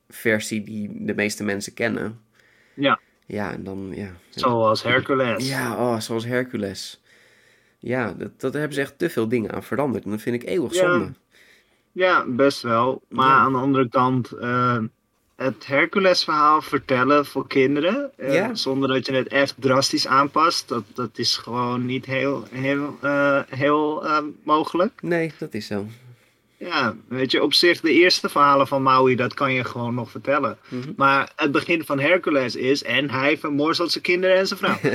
versie die de meeste mensen kennen. Ja. Ja, en dan, ja. Zoals Hercules. Ja, zoals Hercules. Ja, dat hebben ze echt te veel dingen aan veranderd. En dat vind ik eeuwig zonde. Ja, best wel. Maar aan de andere kant, het Hercules-verhaal vertellen voor kinderen, zonder dat je het echt drastisch aanpast, dat is gewoon niet heel mogelijk. Nee, dat is zo. Ja, weet je, op zich de eerste verhalen van Maui, dat kan je gewoon nog vertellen. Mm-hmm. Maar het begin van Hercules is, en hij vermorzelt zijn kinderen en zijn vrouw.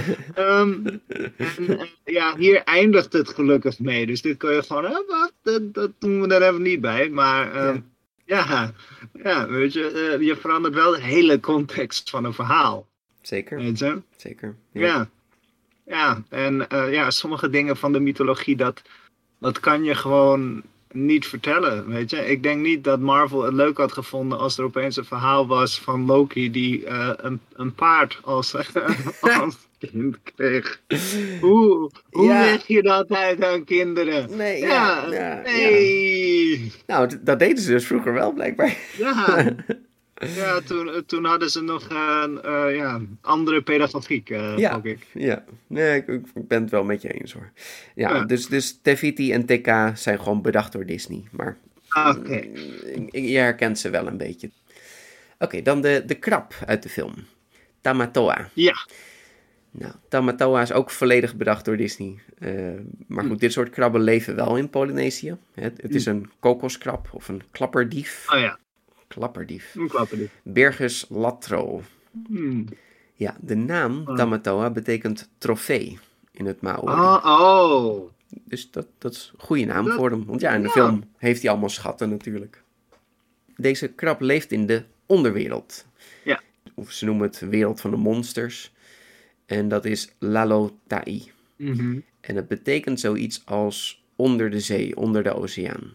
Hier eindigt het gelukkig mee. Dus dit kun je gewoon, dat doen we er even niet bij. Maar weet je, je verandert wel de hele context van een verhaal. Zeker. Weet je? Zeker. En sommige dingen van de mythologie, dat kan je gewoon niet vertellen, weet je. Ik denk niet dat Marvel het leuk had gevonden als er opeens een verhaal was van Loki die een paard als kind kreeg. Hoe leg je dat uit aan kinderen? Nee. Nee. Nou, dat deden ze dus vroeger wel, blijkbaar. Ja, toen hadden ze nog andere pedagogiek, denk ik. Ja, nee, ik ben het wel met je eens, hoor. Ja. Dus Te Fiti en TK zijn gewoon bedacht door Disney. Maar je herkent ze wel een beetje. Oké, dan de krab uit de film. Tamatoa. Ja. Nou, Tamatoa is ook volledig bedacht door Disney. Maar goed, dit soort krabben leven wel in Polynesië. Het is een kokoskrab of een klapperdief. Oh ja. Klapperdief. Een klapperdief. Birgus latro. Ja, de naam Tamatoa betekent trofee in het Maori. Oh. Dus dat is een goede naam voor hem. Want in de film heeft hij allemaal schatten natuurlijk. Deze krab leeft in de onderwereld. Ja. Of ze noemen het wereld van de monsters. En dat is Lalotai. Mm-hmm. En het betekent zoiets als onder de zee, onder de oceaan.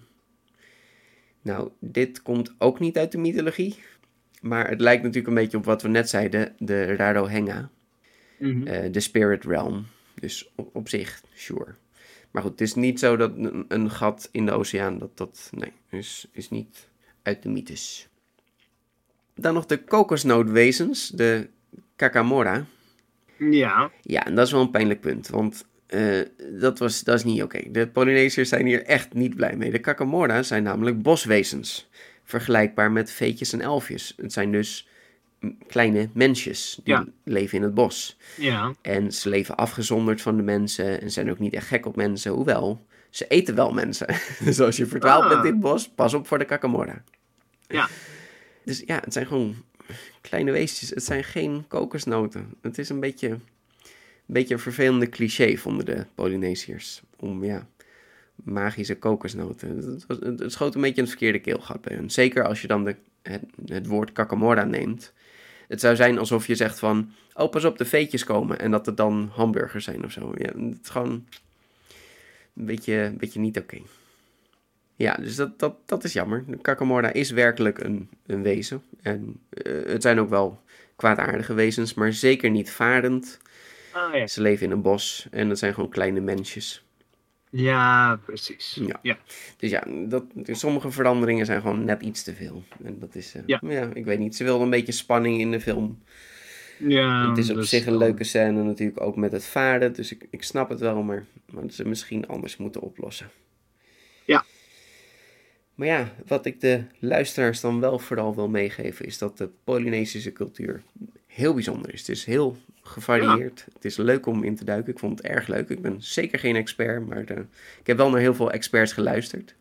Nou, dit komt ook niet uit de mythologie. Maar het lijkt natuurlijk een beetje op wat we net zeiden. De Rarohenga. Mm-hmm. De Spirit Realm. Dus op zich, sure. Maar goed, het is niet zo dat een gat in de oceaan... is niet uit de mythes. Dan nog de kokosnootwezens. De Kakamora. Ja. Ja, en dat is wel een pijnlijk punt. Want dat is niet oké. De Polynesiërs zijn hier echt niet blij mee. De Kakamora zijn namelijk boswezens. Vergelijkbaar met veetjes en elfjes. Het zijn dus kleine mensjes die leven in het bos. Ja. En ze leven afgezonderd van de mensen en zijn ook niet echt gek op mensen. Hoewel, ze eten wel mensen. Dus als je verdwaald bent in het bos, pas op voor de Kakamora. Ja. Dus ja, het zijn gewoon kleine weesjes. Het zijn geen kokosnoten. Het is een beetje een vervelende cliché, vonden de Polynesiërs. Om, magische kokosnoten. Het schoot een beetje in het verkeerde keelgat bij hun. Zeker als je dan het woord Kakamora neemt. Het zou zijn alsof je zegt van... Oh, pas op, de veetjes komen. En dat het dan hamburgers zijn of zo. Ja, het is gewoon een beetje niet oké. Ja, dus dat is jammer. De Kakamora is werkelijk een wezen. En het zijn ook wel kwaadaardige wezens, maar zeker niet varend. Oh, ja. Ze leven in een bos en het zijn gewoon kleine mensjes. Ja, precies. Ja. Dus sommige veranderingen zijn gewoon net iets te veel. En dat is, ik weet niet. Ze wilden een beetje spanning in de film. Ja, het is op zich een leuke scène natuurlijk, ook met het varen. Dus ik snap het wel, maar ze misschien anders moeten oplossen. Ja. Maar ja, wat ik de luisteraars dan wel vooral wil meegeven, is dat de Polynesische cultuur heel bijzonder is. Het is heel gevarieerd. Ja. Het is leuk om in te duiken. Ik vond het erg leuk. Ik ben zeker geen expert, maar ik heb wel naar heel veel experts geluisterd.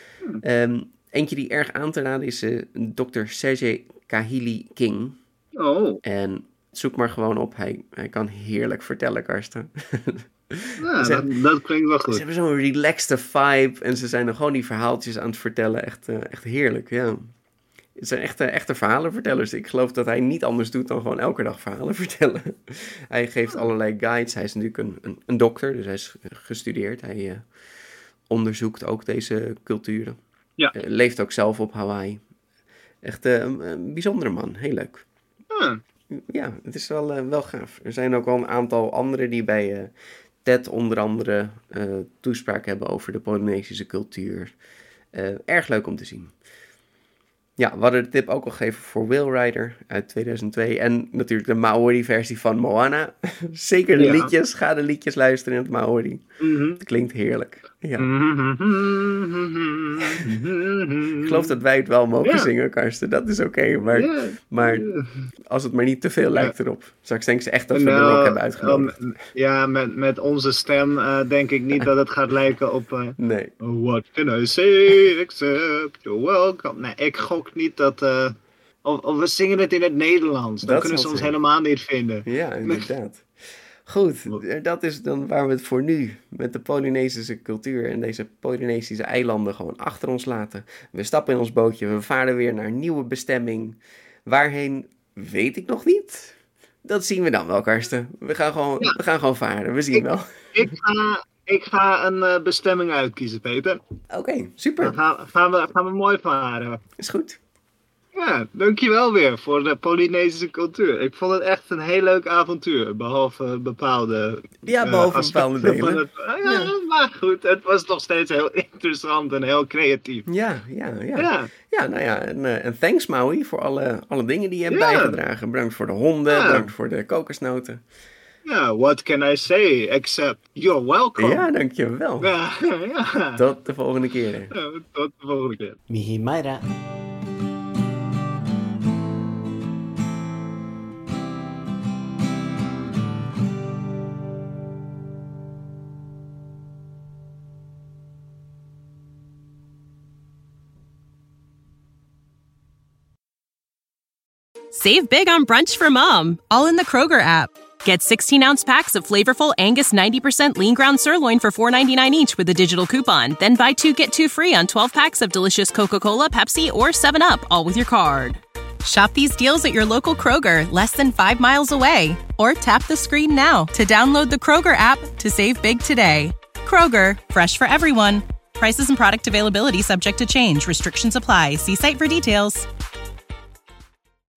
Eentje die erg aan te raden is Dr. Sergey Kahili King. Oh. En zoek maar gewoon op. Hij kan heerlijk vertellen, Karsten. Ja, dat klinkt wel goed. Ze hebben zo'n relaxed vibe en ze zijn dan gewoon die verhaaltjes aan het vertellen. Echt heerlijk, ja. Het zijn echte verhalenvertellers. Ik geloof dat hij niet anders doet dan gewoon elke dag verhalen vertellen. Hij geeft allerlei guides. Hij is natuurlijk een dokter, dus hij is gestudeerd. Hij onderzoekt ook deze culturen. Ja. Leeft ook zelf op Hawaii. Echt een bijzondere man. Heel leuk. Ja, het is wel gaaf. Er zijn ook wel een aantal anderen die bij TED onder andere toespraak hebben over de Polynesische cultuur. Erg leuk om te zien. Ja, we hadden de tip ook al gegeven voor Whale Rider uit 2002. En natuurlijk de Maori-versie van Moana. Zeker de liedjes. Ga de liedjes luisteren in het Maori. Het klinkt heerlijk. Ja. Ik geloof dat wij het wel mogen zingen, Karsten. Dat is oké. Maar als het maar niet te veel lijkt erop. Straks denken ze echt dat we de rock hebben uitgenodigd. Met onze stem denk ik niet dat het gaat lijken op... nee. What can I say except you're welcome. Nee, ik gok niet dat... Of we zingen het in het Nederlands. Dan kunnen ze ons helemaal niet vinden. Ja, inderdaad. Goed, dat is dan waar we het voor nu met de Polynesische cultuur en deze Polynesische eilanden gewoon achter ons laten. We stappen in ons bootje, we varen weer naar een nieuwe bestemming. Waarheen, weet ik nog niet. Dat zien we dan wel, Karsten. We gaan gewoon varen, we zien wel. Ik ga een bestemming uitkiezen, Peter. Oké, super. Dan gaan we mooi varen. Is goed. Ja, dankjewel weer voor de Polynesische cultuur. Ik vond het echt een heel leuk avontuur, behalve bepaalde bepaalde delen. Maar goed, het was nog steeds heel interessant en heel creatief. Ja, nou ja, en thanks Maui voor alle dingen die je hebt bijgedragen. Bedankt voor de honden, bedankt voor de kokosnoten. Ja, what can I say except you're welcome. Ja, dankjewel. Ja. Tot de volgende keer. Tot de volgende keer. Mihi Maira. Save big on brunch for mom, all in the Kroger app. Get 16-ounce packs of flavorful Angus 90% lean ground sirloin for $4.99 each with a digital coupon. Then buy 2, get 2 free on 12 packs of delicious Coca-Cola, Pepsi, or 7-Up, all with your card. Shop these deals at your local Kroger, less than 5 miles away. Or tap the screen now to download the Kroger app to save big today. Kroger, fresh for everyone. Prices and product availability subject to change. Restrictions apply. See site for details.